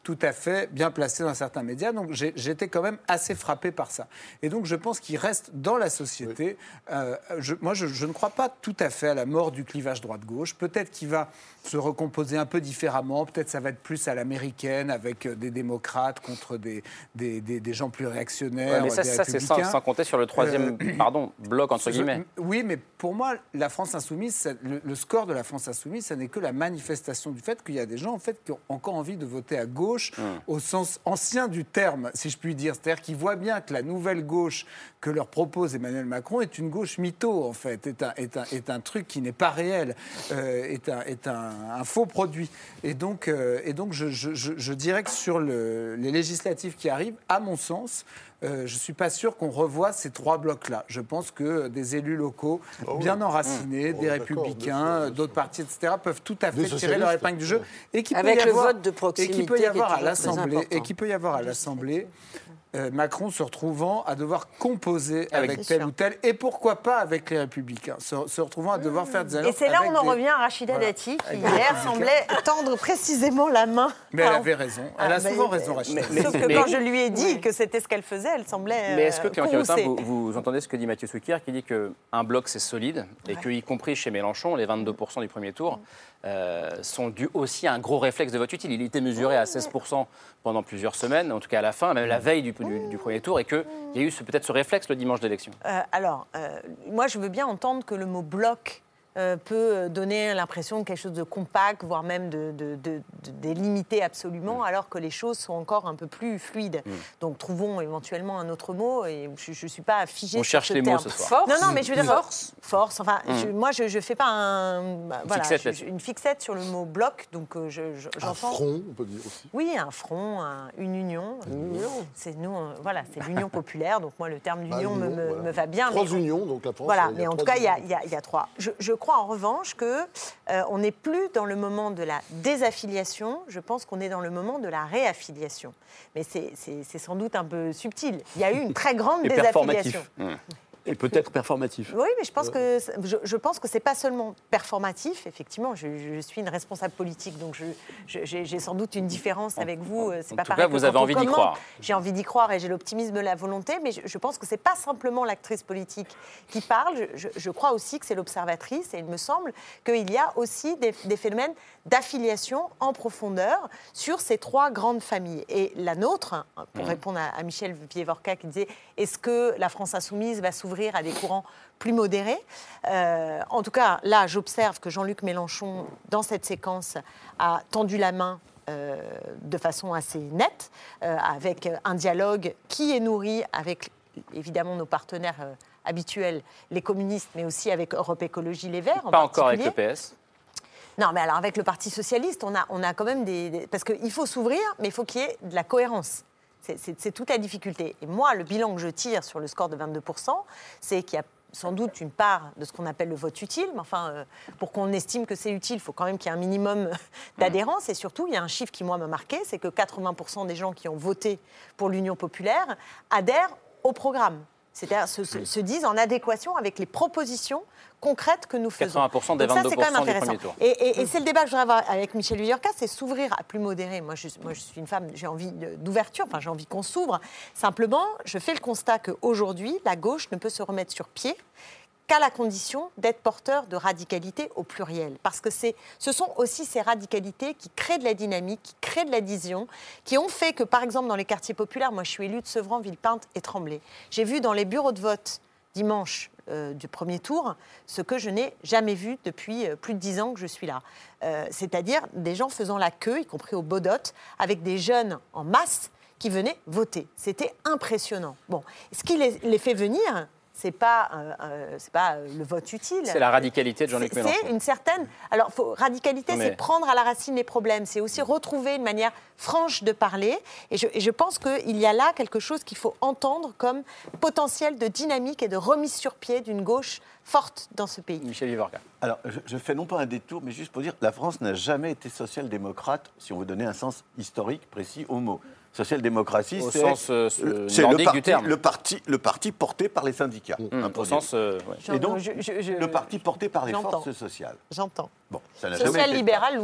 tout à fait bien placé dans certains médias. Donc j'ai, j'étais quand même assez frappé par ça. Et donc je pense qu'il reste dans la société. Oui. Euh, je, moi, je, je ne crois pas tout à fait à la mort du clivage droite-gauche. Peut-être qu'il va se recomposer un peu différemment. Peut-être ça va être plus à l'américaine, avec des démocrates contre des, des, des, des gens plus réactionnaires. Ouais, mais ça, des ça c'est sans, sans compter sur le troisième euh, pardon, bloc, entre guillemets. Oui, mais pour moi, la France insoumise, ça, le, le score de la France insoumise, ça n'est que la manifestation du fait qu'il y a des gens en fait, qui ont encore envie de voter à gauche, mmh. au sens ancien du terme, si je puis dire. C'est-à-dire qu'ils voient bien que la nouvelle gauche que leur propose Emmanuel Macron est une gauche mytho, en fait, est un, est un, est un truc qui n'est pas réel, euh, est, un, est un, un faux produit. Et donc, euh, et donc je, je, je dirais que sur le, les législatives qui arrivent, à mon sens, Euh, je ne suis pas sûr qu'on revoie ces trois blocs-là. Je pense que des élus locaux oh bien oui. enracinés, mmh. des oh, républicains, d'autres partis, et cetera, peuvent tout à fait tirer leur épingle du jeu. Et qu'il Avec peut y le avoir, vote de proximité et qu'il peut y avoir à l'Assemblée, et qu'il peut y avoir à l'Assemblée euh, Macron se retrouvant à devoir composer avec, avec tel sûr. ou tel, et pourquoi pas avec les Républicains, se, se retrouvant à devoir mmh. faire des alliances. Et c'est là où on en des... revient à Rachida voilà. Dati, qui hier semblait tendre précisément la main. Mais elle avait raison. Elle a ah, souvent mais, raison, Rachida. Mais, Sauf que mais, quand je lui ai dit oui. que c'était ce qu'elle faisait, elle semblait. Mais est-ce que, Clément Cabotin, vous, vous entendez ce que dit Mathieu Souquier, qui dit qu'un bloc, c'est solide, et ouais. qu'y compris chez Mélenchon, les vingt-deux pour cent du premier tour euh, sont dus aussi à un gros réflexe de vote utile. Il était mesuré à seize pour cent pendant plusieurs semaines, en tout cas à la fin, même la veille du, du, du premier tour, et qu'il y a eu ce, peut-être ce réflexe le dimanche d'élection. Euh, alors, euh, moi, je veux bien entendre que le mot bloc Euh, peut donner l'impression de quelque chose de compact, voire même de, de, de, de délimité absolument, mmh. alors que les choses sont encore un peu plus fluides. Mmh. Donc trouvons éventuellement un autre mot, et je ne suis pas figée On sur cherche ce les terme. mots ce soir. Force. Non, non, mais je veux dire force. Force. Enfin, mmh. je, moi, je ne fais pas un, bah, une, voilà, fixette je, une fixette sur le mot bloc, donc euh, je, je, j'entends. Un front, on peut dire aussi. Oui, un front, un, une union. Une union. C'est nous, euh, voilà, c'est l'union populaire. Donc moi, le terme d'union bah, me, me, voilà. me va bien. Trois mais, unions, donc la France. Voilà, mais en tout cas, il y, y, y a trois. Je, je crois en revanche que Euh, on n'est plus dans le moment de la désaffiliation, je pense qu'on est dans le moment de la réaffiliation. Mais c'est, c'est, c'est sans doute un peu subtil. Il y a eu une très grande Et désaffiliation. Mmh. Et peut-être performatif. Oui, mais je pense que je, je pense que c'est pas seulement performatif. Effectivement, je, je suis une responsable politique, donc je, je, j'ai, j'ai sans doute une différence avec vous. C'est en pas tout pareil cas, vous que avez envie d'y croire. J'ai envie d'y croire et j'ai l'optimisme de la volonté, mais je, je pense que c'est pas simplement l'actrice politique qui parle. Je, je, je crois aussi que c'est l'observatrice, et il me semble qu'il y a aussi des, des phénomènes d'affiliation en profondeur sur ces trois grandes familles. Et la nôtre, pour mmh. répondre à, à Michel Vieux-Vorca qui disait est-ce que la France insoumise va s'ouvrir à des courants plus modérés. Euh, en tout cas, là, j'observe que Jean-Luc Mélenchon, dans cette séquence, a tendu la main euh, de façon assez nette, euh, avec un dialogue qui est nourri avec, évidemment, nos partenaires euh, habituels, les communistes, mais aussi avec Europe Écologie Les Verts. Pas encore avec le P S. Non, mais alors avec le Parti Socialiste, on a, on a quand même des... des parce qu'il faut s'ouvrir, mais il faut qu'il y ait de la cohérence. C'est, c'est, c'est toute la difficulté. Et moi, le bilan que je tire sur le score de vingt-deux pour cent, c'est qu'il y a sans doute une part de ce qu'on appelle le vote utile. Mais enfin, euh, pour qu'on estime que c'est utile, il faut quand même qu'il y ait un minimum d'adhérence. Et surtout, il y a un chiffre qui, moi, m'a marqué, c'est que quatre-vingts pour cent des gens qui ont voté pour l'Union populaire adhèrent au programme. C'est-à-dire se, se, se disent en adéquation avec les propositions concrètes que nous faisons. quatre-vingts pour cent des vingt-deux pour cent du premier tour. Et, et, et c'est le débat que je voudrais avoir avec Michel Vieux-Vorca, c'est s'ouvrir à plus modéré. Moi je, moi, je suis une femme, j'ai envie d'ouverture, enfin, j'ai envie qu'on s'ouvre. Simplement, je fais le constat qu'aujourd'hui, la gauche ne peut se remettre sur pied qu'à la condition d'être porteur de radicalité au pluriel. Parce que c'est, ce sont aussi ces radicalités qui créent de la dynamique, qui créent de l'adhésion, qui ont fait que, par exemple, dans les quartiers populaires, moi je suis élue de Sevran, Villepinte et Tremblay, j'ai vu dans les bureaux de vote dimanche euh, du premier tour ce que je n'ai jamais vu depuis euh, plus de dix ans que je suis là. Euh, c'est-à-dire des gens faisant la queue, y compris au Bodot, avec des jeunes en masse qui venaient voter. C'était impressionnant. Bon, ce qui les, les fait venir... c'est pas, euh, euh, c'est pas le vote utile. C'est la radicalité de Jean-Luc c'est, Mélenchon. C'est une certaine... Alors, faut, radicalité, mais... c'est prendre à la racine les problèmes. C'est aussi retrouver une manière franche de parler. Et je, et je pense qu'il y a là quelque chose qu'il faut entendre comme potentiel de dynamique et de remise sur pied d'une gauche forte dans ce pays. Michel Vieux-Vorca. Alors, je, je fais non pas un détour, mais juste pour dire que la France n'a jamais été social-démocrate, si on veut donner un sens historique précis au mot. Social-démocratie, au c'est, sens, euh, c'est le, parti, du terme. le, parti, le parti porté par les syndicats. Mmh, au sens, euh, ouais. Et donc, je, je, je, le parti porté par les j'entends. forces sociales. J'entends. Bon, ça n'a social jamais été libéral, oui.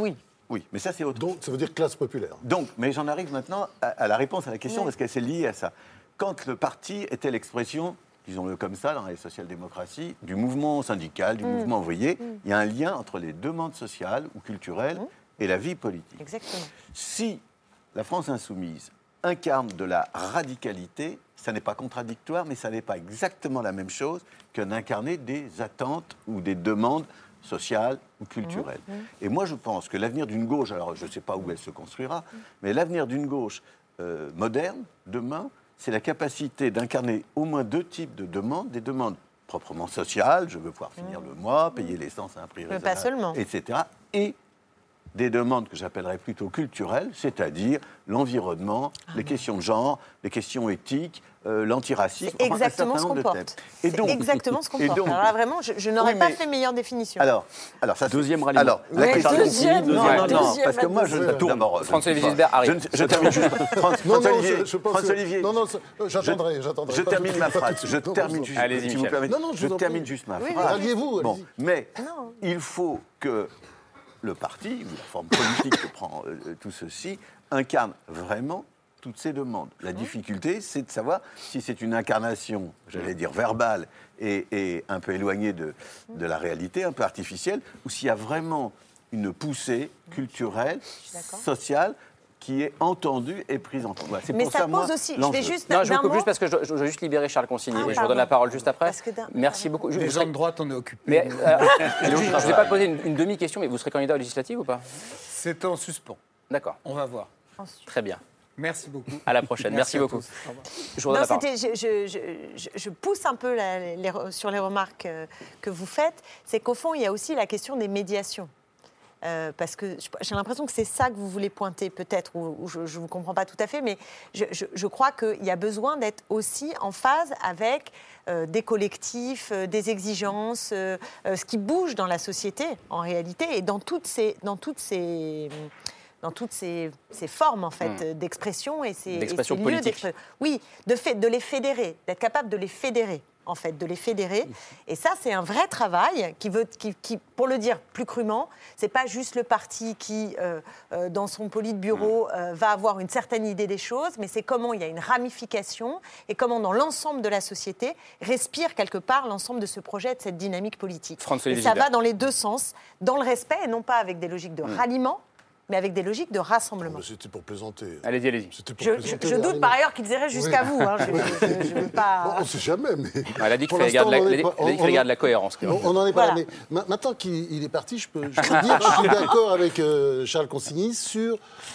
Oui, mais ça, c'est autre. Donc, ça veut dire classe populaire. Donc, mais j'en arrive maintenant à, à la réponse à la question, Oui. parce qu'elle s'est liée à ça. Quand le parti était l'expression, disons-le comme ça, dans les social-démocraties, du mouvement syndical, du Mm. mouvement ouvrier, Mm. il y a un lien entre les demandes sociales ou culturelles Mm. et la vie politique. Exactement. Si la France insoumise incarne de la radicalité, ça n'est pas contradictoire, mais ça n'est pas exactement la même chose que d'incarner des attentes ou des demandes sociales ou culturelles. Mmh, mmh. Et moi, je pense que l'avenir d'une gauche, alors je ne sais pas où elle se construira, mais l'avenir d'une gauche euh, moderne, demain, c'est la capacité d'incarner au moins deux types de demandes, des demandes proprement sociales, je veux pouvoir finir le mois, payer l'essence à un prix Mais raisonnable, pas seulement. et cetera, et des demandes que j'appellerais plutôt culturelles, c'est-à-dire l'environnement, Ah les questions de genre, les questions éthiques, euh, l'antiracisme. C'est enfin, un exactement certain ce qu'on nombre de porte. thèmes. C'est Et donc- exactement ce qu'on et porte. donc- Alors là, vraiment, je, je n'aurais Oui, pas mais- fait meilleure définition. Alors, alors ça, c'est- Deuxième ralliement. Alors, la Ouais, question- deuxième, non, non, non, deuxième parce que moi, je adversaire. d'abord, François-Olivier je- Gisbert arrive. Je, ne- je termine juste. Fran- Non, non, François-Olivier, je- je pense que- François-Olivier. non, non, ça- j'attendrai, j'attendrai. Je Pas termine tout de ma suite, pas phrase. tout de Je suite. Non, termine non, juste. Allez-y, si vous Michel. permettez. Non, non, je je vous en termine prie. juste ma Oui, phrase. Alliez-vous, Bon, allez-y. mais Non. il faut que le parti, ou la forme politique que prend euh, tout ceci, incarne vraiment toutes ces demandes. La difficulté, c'est de savoir si c'est une incarnation, j'allais dire verbale, et, et un peu éloignée de, de la réalité, un peu artificielle, ou s'il y a vraiment une poussée culturelle, sociale, qui est entendue et prise en compte. Voilà, c'est Mais pour ça ça, pose moi, aussi- je vais l'enjeu. juste- Non, je d'un vous coupe mot- juste parce que je, je- je dois juste libérer Charles Consigny. Ah, et je vous pardon. donne la parole juste après. Parce que d'un- Merci beaucoup. Je, Les vous gens serez- de droite, on est occupés. Mais, nous. euh, je ne vous ai pas posé une, une demi-question, mais vous serez candidat aux législatives ou pas? C'est en suspens. D'accord, On va voir. très bien. Merci beaucoup. À la prochaine. Merci, à beaucoup. tous. Au revoir. Je vous redonne Non, la parole. c'était, je, je- je- je- je pousse un peu la- les re- sur les remarques euh, que vous faites. C'est qu'au fond, il y a aussi la question des médiations. Euh, parce que je- j'ai l'impression que c'est ça que vous voulez pointer, peut-être, ou, ou je ne vous comprends pas tout à fait, mais je, je- je crois qu'il y a besoin d'être aussi en phase avec euh, des collectifs, euh, des exigences, euh, euh, ce qui bouge dans la société, en réalité, et dans toutes ces... Dans toutes ces dans toutes ces, ces formes en fait Mmh. d'expression et ces, et D'expression ces lieux politique. d'expression. Oui, de, fait, de les fédérer, d'être capable de les fédérer, en fait, de les fédérer. Et ça, c'est un vrai travail qui veut, qui, qui, pour le dire plus crûment, c'est pas juste le parti qui, euh, euh, dans son politburo, euh, va avoir une certaine idée des choses, mais c'est comment il y a une ramification et comment, dans l'ensemble de la société, respire quelque part l'ensemble de ce projet, de cette dynamique politique. François-Olivier Et ça Gisbert. va dans les deux sens, dans le respect et non pas avec des logiques de ralliement, mais avec des logiques de rassemblement. Mais C'était pour plaisanter. Allez-y, allez-y. C'était pour Je, je- plaisanter, je doute Alliez-vous. par ailleurs qu'ils iraient jusqu'à Oui. vous. Hein. Je ne veux pas. Bon, on ne sait jamais, mais... Elle a dit qu'il Pour fallait garder la, l'instant, on en est elle a dit- pas- elle a dit qu'il on- fallait garder la cohérence. quand même. On n'en est pas là, Voilà. mais ma- maintenant qu'il il est parti, je peux, je peux dire que je suis d'accord avec euh, Charles Consigny sur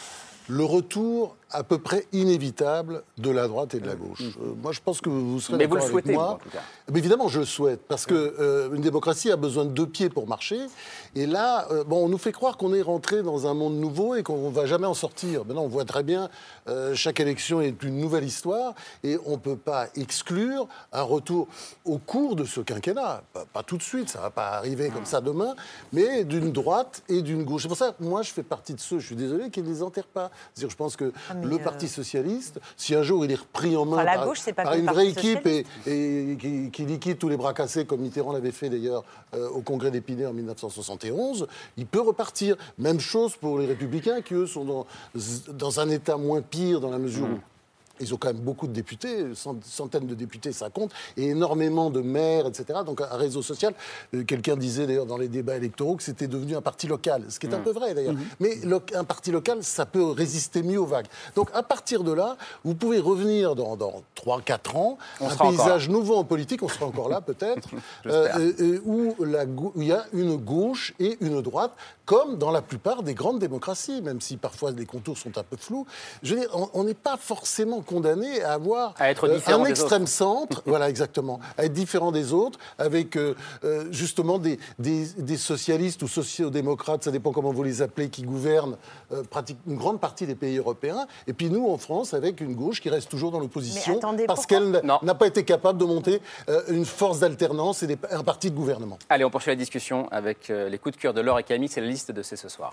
le retour à peu près inévitable de la droite et de la gauche. Euh, moi, je pense que vous serez Mais vous d'accord le avec souhaitez, moi. vous, en tout cas. Mais évidemment, je le souhaite, parce que euh, une démocratie a besoin de deux pieds pour marcher. Et là, euh, bon, on nous fait croire qu'on est rentré dans un monde nouveau et qu'on ne va jamais en sortir. Maintenant, on voit très bien, euh, chaque élection est une nouvelle histoire, et on ne peut pas exclure un retour au cours de ce quinquennat. Pas, pas tout de suite, ça ne va pas arriver comme ça demain, mais d'une droite et d'une gauche. C'est pour ça que moi, je fais partie de ceux, je suis désolé, qui ne les enterrent pas. C'est-à-dire, je pense que Ah, mais, le euh, Parti socialiste, si un jour il est repris en main Enfin, la par, gauche, c'est pas par que le une Parti vraie équipe et, socialiste. et qui, qui liquide tous les bras cassés, comme Mitterrand l'avait fait d'ailleurs euh, au congrès d'Épinay en mille neuf cent soixante et onze, il peut repartir. Même chose pour les Républicains, qui eux sont dans, dans un état moins pire, dans la mesure où ils ont quand même beaucoup de députés, cent- centaines de députés, ça compte, et énormément de maires, et cetera. Donc un réseau social. Euh, quelqu'un disait d'ailleurs dans les débats électoraux que c'était devenu un parti local, ce qui est un peu vrai d'ailleurs. Mais lo- un parti local, ça peut résister mieux aux vagues. Donc à partir de là, vous pouvez revenir dans, dans trois quatre ans, On un sera encore paysage nouveau en politique, on sera encore là peut-être, euh, euh, euh, où, la gau- où il y a une gauche et une droite, comme dans la plupart des grandes démocraties, même si parfois les contours sont un peu flous. Je veux dire, on- on n'est pas forcément condamné à avoir À être euh, différent un des extrême centre, voilà exactement, à être différent des autres, avec euh, euh, justement des, des, des socialistes ou sociodémocrates, ça dépend comment vous les appelez, qui gouvernent euh, pratique- une grande partie des pays européens, et puis nous en France avec une gauche qui reste toujours dans l'opposition Mais attendez, parce pourquoi qu'elle n'a- n'a pas été capable de monter euh, une force d'alternance et des- un parti de gouvernement. Allez, on poursuit la discussion avec euh, les coups de cœur de Laure et Camille. C'est la liste de C'est ce soir.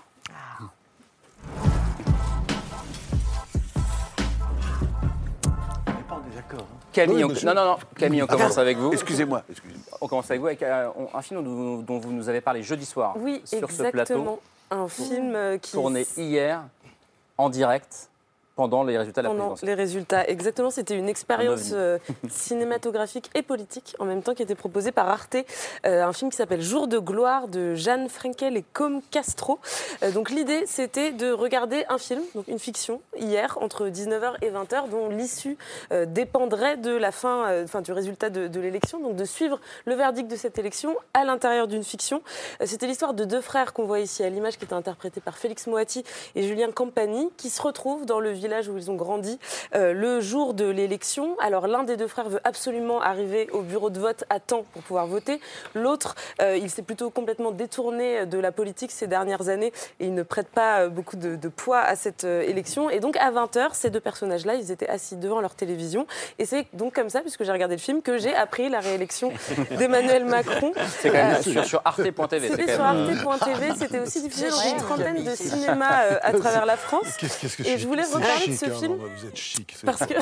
Camille, Oui, on... monsieur. non, non, non. Camille, on Ah, commence pardon. avec vous. Excusez-moi, excusez-moi. On commence avec vous avec euh, un film dont, dont vous nous avez parlé jeudi soir Oui, sur exactement. ce plateau. un film euh, qui... Tourné hier, en direct, pendant les résultats de la Pendant présidentielle. les résultats, exactement. C'était une expérience euh, cinématographique et politique en même temps qui était proposée par Arte. Euh, un film qui s'appelle Jour de gloire de Jeanne Frenkel et Com Castro. Euh, donc l'idée, c'était de regarder un film, donc une fiction, hier, entre dix-neuf heures et vingt heures, dont l'issue euh, dépendrait de la fin, euh, fin du résultat de, de l'élection. Donc de suivre le verdict de cette élection à l'intérieur d'une fiction. Euh, c'était l'histoire de deux frères qu'on voit ici à l'image, qui étaient interprétés par Félix Moati et Julien Campani, qui se retrouvent dans le village où ils ont grandi euh, le jour de l'élection. Alors l'un des deux frères veut absolument arriver au bureau de vote à temps pour pouvoir voter. L'autre, euh, il s'est plutôt complètement détourné de la politique ces dernières années et il ne prête pas euh, beaucoup de, de poids à cette euh, élection. Et donc à vingt heures, ces deux personnages-là, ils étaient assis devant leur télévision. Et c'est donc comme ça, puisque j'ai regardé le film, que j'ai appris la réélection d'Emmanuel Macron. C'est quand même Euh, sur, sur arte point t v. C'était c'est sur quand même... arte point t v, c'était aussi diffusé dans une Ouais, trentaine de c'est- cinémas euh, à travers la France. Qu'est-ce qu'est-ce que Et c'est- je voulais c'est reparler de chic, ce hein, film. non, vous êtes chic. c'est- Parce que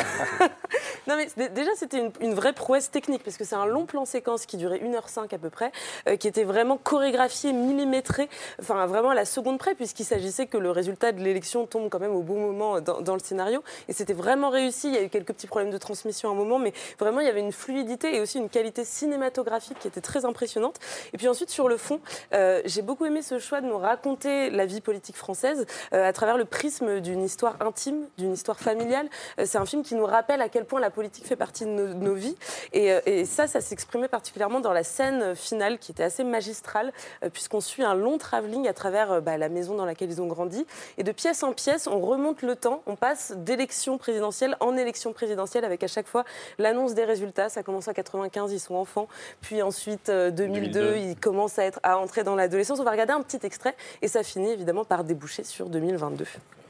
non mais d- déjà c'était une, une vraie prouesse technique parce que c'est un long plan séquence qui durait une heure cinq à peu près, euh, qui était vraiment chorégraphié, millimétré, enfin vraiment à la seconde près puisqu'il s'agissait que le résultat de l'élection tombe quand même au bon moment dans, dans le scénario et c'était vraiment réussi. Il y a eu quelques petits problèmes de transmission à un moment, mais vraiment il y avait une fluidité et aussi une qualité cinématographique qui était très impressionnante. Et puis ensuite sur le fond, euh, j'ai beaucoup aimé ce choix de nous raconter la vie politique française euh, à travers le prisme d'une histoire intime, d'une histoire familiale. Euh, c'est un film qui nous rappelle à quel point la politique fait partie de nos, de nos vies. Et, euh, et ça, ça s'exprimait particulièrement dans la scène finale qui était assez magistrale, euh, puisqu'on suit un long travelling à travers euh, bah, la maison dans laquelle ils ont grandi. Et de pièce en pièce, on remonte le temps, on passe d'élection présidentielle en élection présidentielle avec à chaque fois l'annonce des résultats. Ça commence en quatre-vingt-quinze, ils sont enfants. Puis ensuite, euh, deux mille deux, deux mille deux. ils commencent à, être, à entrer dans l'adolescence. On va regarder un petit extrait et ça finit évidemment par déboucher sur deux mille vingt-deux.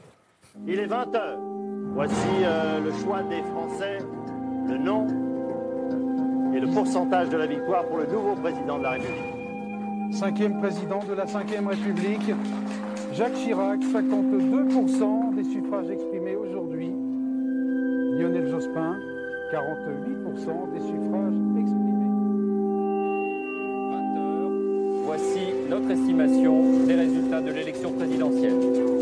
Il est vingt heures. Voici euh, le choix des Français, le nom et le pourcentage de la victoire pour le nouveau président de la République. Cinquième président de la Cinquième République, Jacques Chirac, cinquante-deux pour cent des suffrages exprimés aujourd'hui. Lionel Jospin, quarante-huit pour cent des suffrages exprimés. vingt heures. Voici notre estimation des résultats de l'élection présidentielle.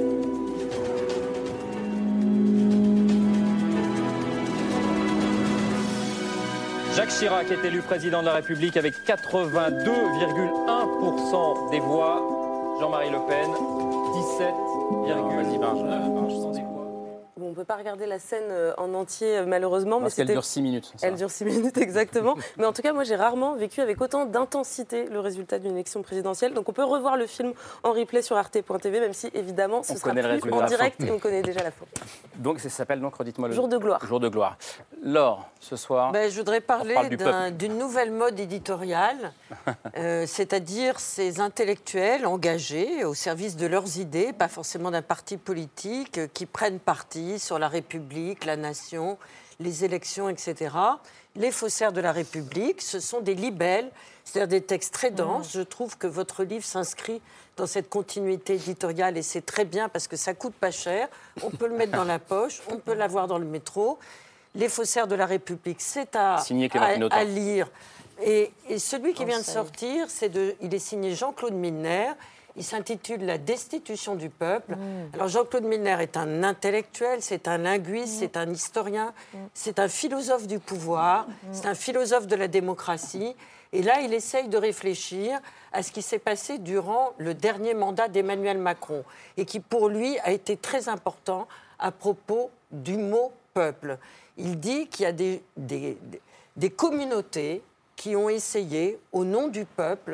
Jacques Chirac est élu président de la République avec quatre-vingt-deux virgule un pour cent des voix. Jean-Marie Le Pen, dix-sept virgule neuf. Bon, on ne peut pas regarder la scène euh, en entier, euh, malheureusement. Parce mais qu'elle c'était- dure six minutes. ça. Elle dure six minutes, exactement. Mais en tout cas, moi, j'ai rarement vécu avec autant d'intensité le résultat d'une élection présidentielle. Donc, on peut revoir le film en replay sur arte point t v, même si, évidemment, ce On sera connaît le plus résultat en à la direct fin. et on connaît déjà la fin. Donc ça s'appelle, donc redites-moi le Jour de gloire. Jour de gloire. Laure, ce soir. Ben, je voudrais parler on parle du d'un- peuple. d'une nouvelle mode éditoriale, euh, c'est-à-dire ces intellectuels engagés au service de leurs idées, pas forcément d'un parti politique, euh, qui prennent parti sur la République, la nation, les élections, et cetera. Les faussaires de la République, ce sont des libelles, c'est-à-dire des textes très denses. Je trouve que votre livre s'inscrit dans cette continuité éditoriale et c'est très bien parce que ça coûte pas cher. On peut le mettre dans la poche, on peut l'avoir dans le métro. Les faussaires de la République, c'est à, Signé Clémentine à, Autain. à lire. Et, et celui qui vient de Conseil. sortir, c'est de, il est signé Jean-Claude Milner. Il s'intitule La destitution du peuple. Alors Jean-Claude Milner est un intellectuel, c'est un linguiste, c'est un historien, c'est un philosophe du pouvoir, c'est un philosophe de la démocratie. Et là, il essaye de réfléchir à ce qui s'est passé durant le dernier mandat d'Emmanuel Macron et qui, pour lui, a été très important à propos du mot peuple. Il dit qu'il y a des, des, des communautés qui ont essayé, au nom du peuple,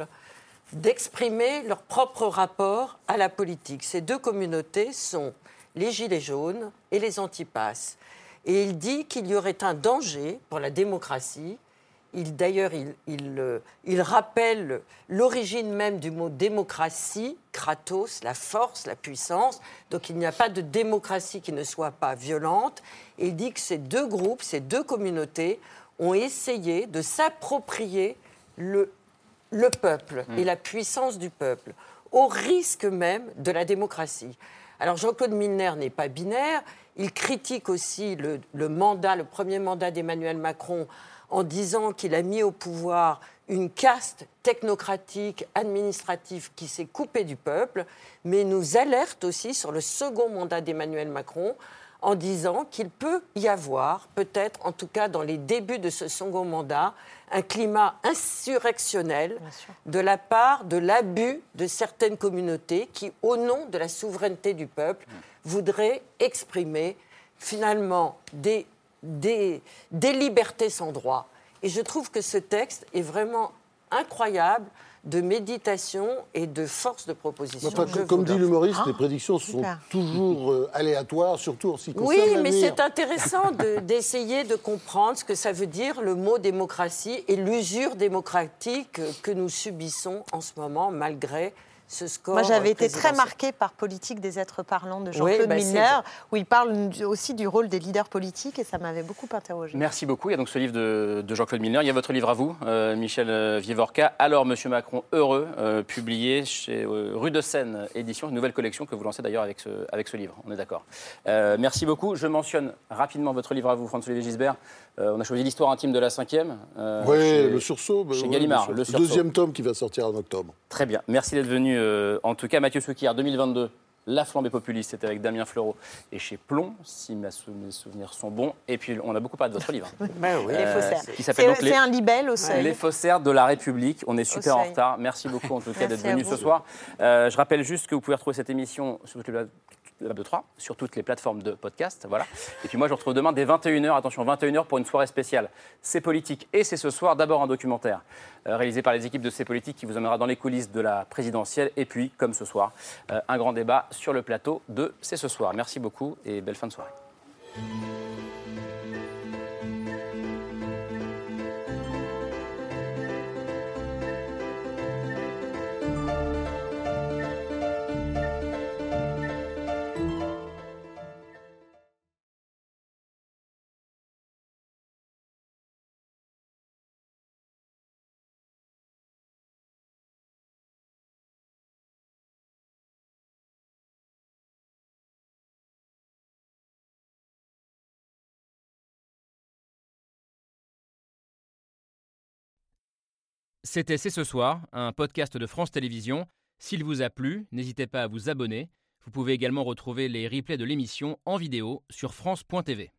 d'exprimer leur propre rapport à la politique. Ces deux communautés sont les Gilets jaunes et les antipasses. Et il dit qu'il y aurait un danger pour la démocratie. Il, d'ailleurs, il, il, euh, il rappelle l'origine même du mot démocratie, kratos, la force, la puissance. Donc il n'y a pas de démocratie qui ne soit pas violente. Et il dit que ces deux groupes, ces deux communautés ont essayé de s'approprier le, le peuple et la puissance du peuple, au risque même de la démocratie. Alors Jean-Claude Milner n'est pas binaire. Il critique aussi le, le mandat, le premier mandat d'Emmanuel Macron en disant qu'il a mis au pouvoir une caste technocratique, administrative qui s'est coupée du peuple, mais nous alerte aussi sur le second mandat d'Emmanuel Macron en disant qu'il peut y avoir, peut-être en tout cas dans les débuts de ce second mandat, un climat insurrectionnel de la part de l'abus de certaines communautés qui, au nom de la souveraineté du peuple, voudraient exprimer finalement des, des, des libertés sans droit. Et je trouve que ce texte est vraiment incroyable de méditation et de force de proposition. Enfin, comme dit l'humoriste, ah, les prédictions sont super. toujours euh, aléatoires, surtout en ce qui concerne Oui, l'avenir. mais c'est intéressant de, d'essayer de comprendre ce que ça veut dire le mot démocratie et l'usure démocratique que nous subissons en ce moment, malgré ce score. Moi, j'avais été très marquée par Politique des êtres parlants de Jean-Claude oui, bah Milner, où il parle aussi du rôle des leaders politiques, et ça m'avait beaucoup interrogée. Merci beaucoup. Il y a donc ce livre de, de Jean-Claude Milner. Il y a votre livre à vous, euh, Michel Vivorca, Alors Monsieur Macron heureux, euh, publié chez euh, Rue de Seine Éditions, une nouvelle collection que vous lancez d'ailleurs avec ce, avec ce livre. On est d'accord. Euh, merci beaucoup. Je mentionne rapidement votre livre à vous, François-Olivier Gisbert. Euh, on a choisi l'histoire intime de la cinquième. Euh, oui, chez, le sursaut. Bah, chez ouais, Gallimard. Le, le sursaut. Deuxième tome qui va sortir en octobre. Très bien. Merci d'être venu. Euh, en tout cas, Mathieu Souquier, deux mille vingt-deux, La flambée populiste, c'était avec Damien Fleureau et chez Plomb, si mes souvenirs sont bons. Et puis, on a beaucoup parlé de votre livre. ben oui. euh, Les faussaires. Qui s'appelle donc c'est les, un libelle au seuil. Les faussaires de la République. On est super en retard. Merci beaucoup, en tout cas, d'être venu ce soir. Euh, je rappelle juste que vous pouvez retrouver cette émission sur toutes les de trois, sur toutes les plateformes de podcast, voilà. Et puis moi, je vous retrouve demain dès vingt et une heures, attention, vingt et une heures pour une soirée spéciale. C'est politique et c'est ce soir, d'abord un documentaire euh, réalisé par les équipes de C'est politique qui vous emmènera dans les coulisses de la présidentielle. Et puis, comme ce soir, euh, un grand débat sur le plateau de C'est ce soir. Merci beaucoup et belle fin de soirée. C'était C'est ce soir, un podcast de France Télévisions. S'il vous a plu, n'hésitez pas à vous abonner. Vous pouvez également retrouver les replays de l'émission en vidéo sur France point T V.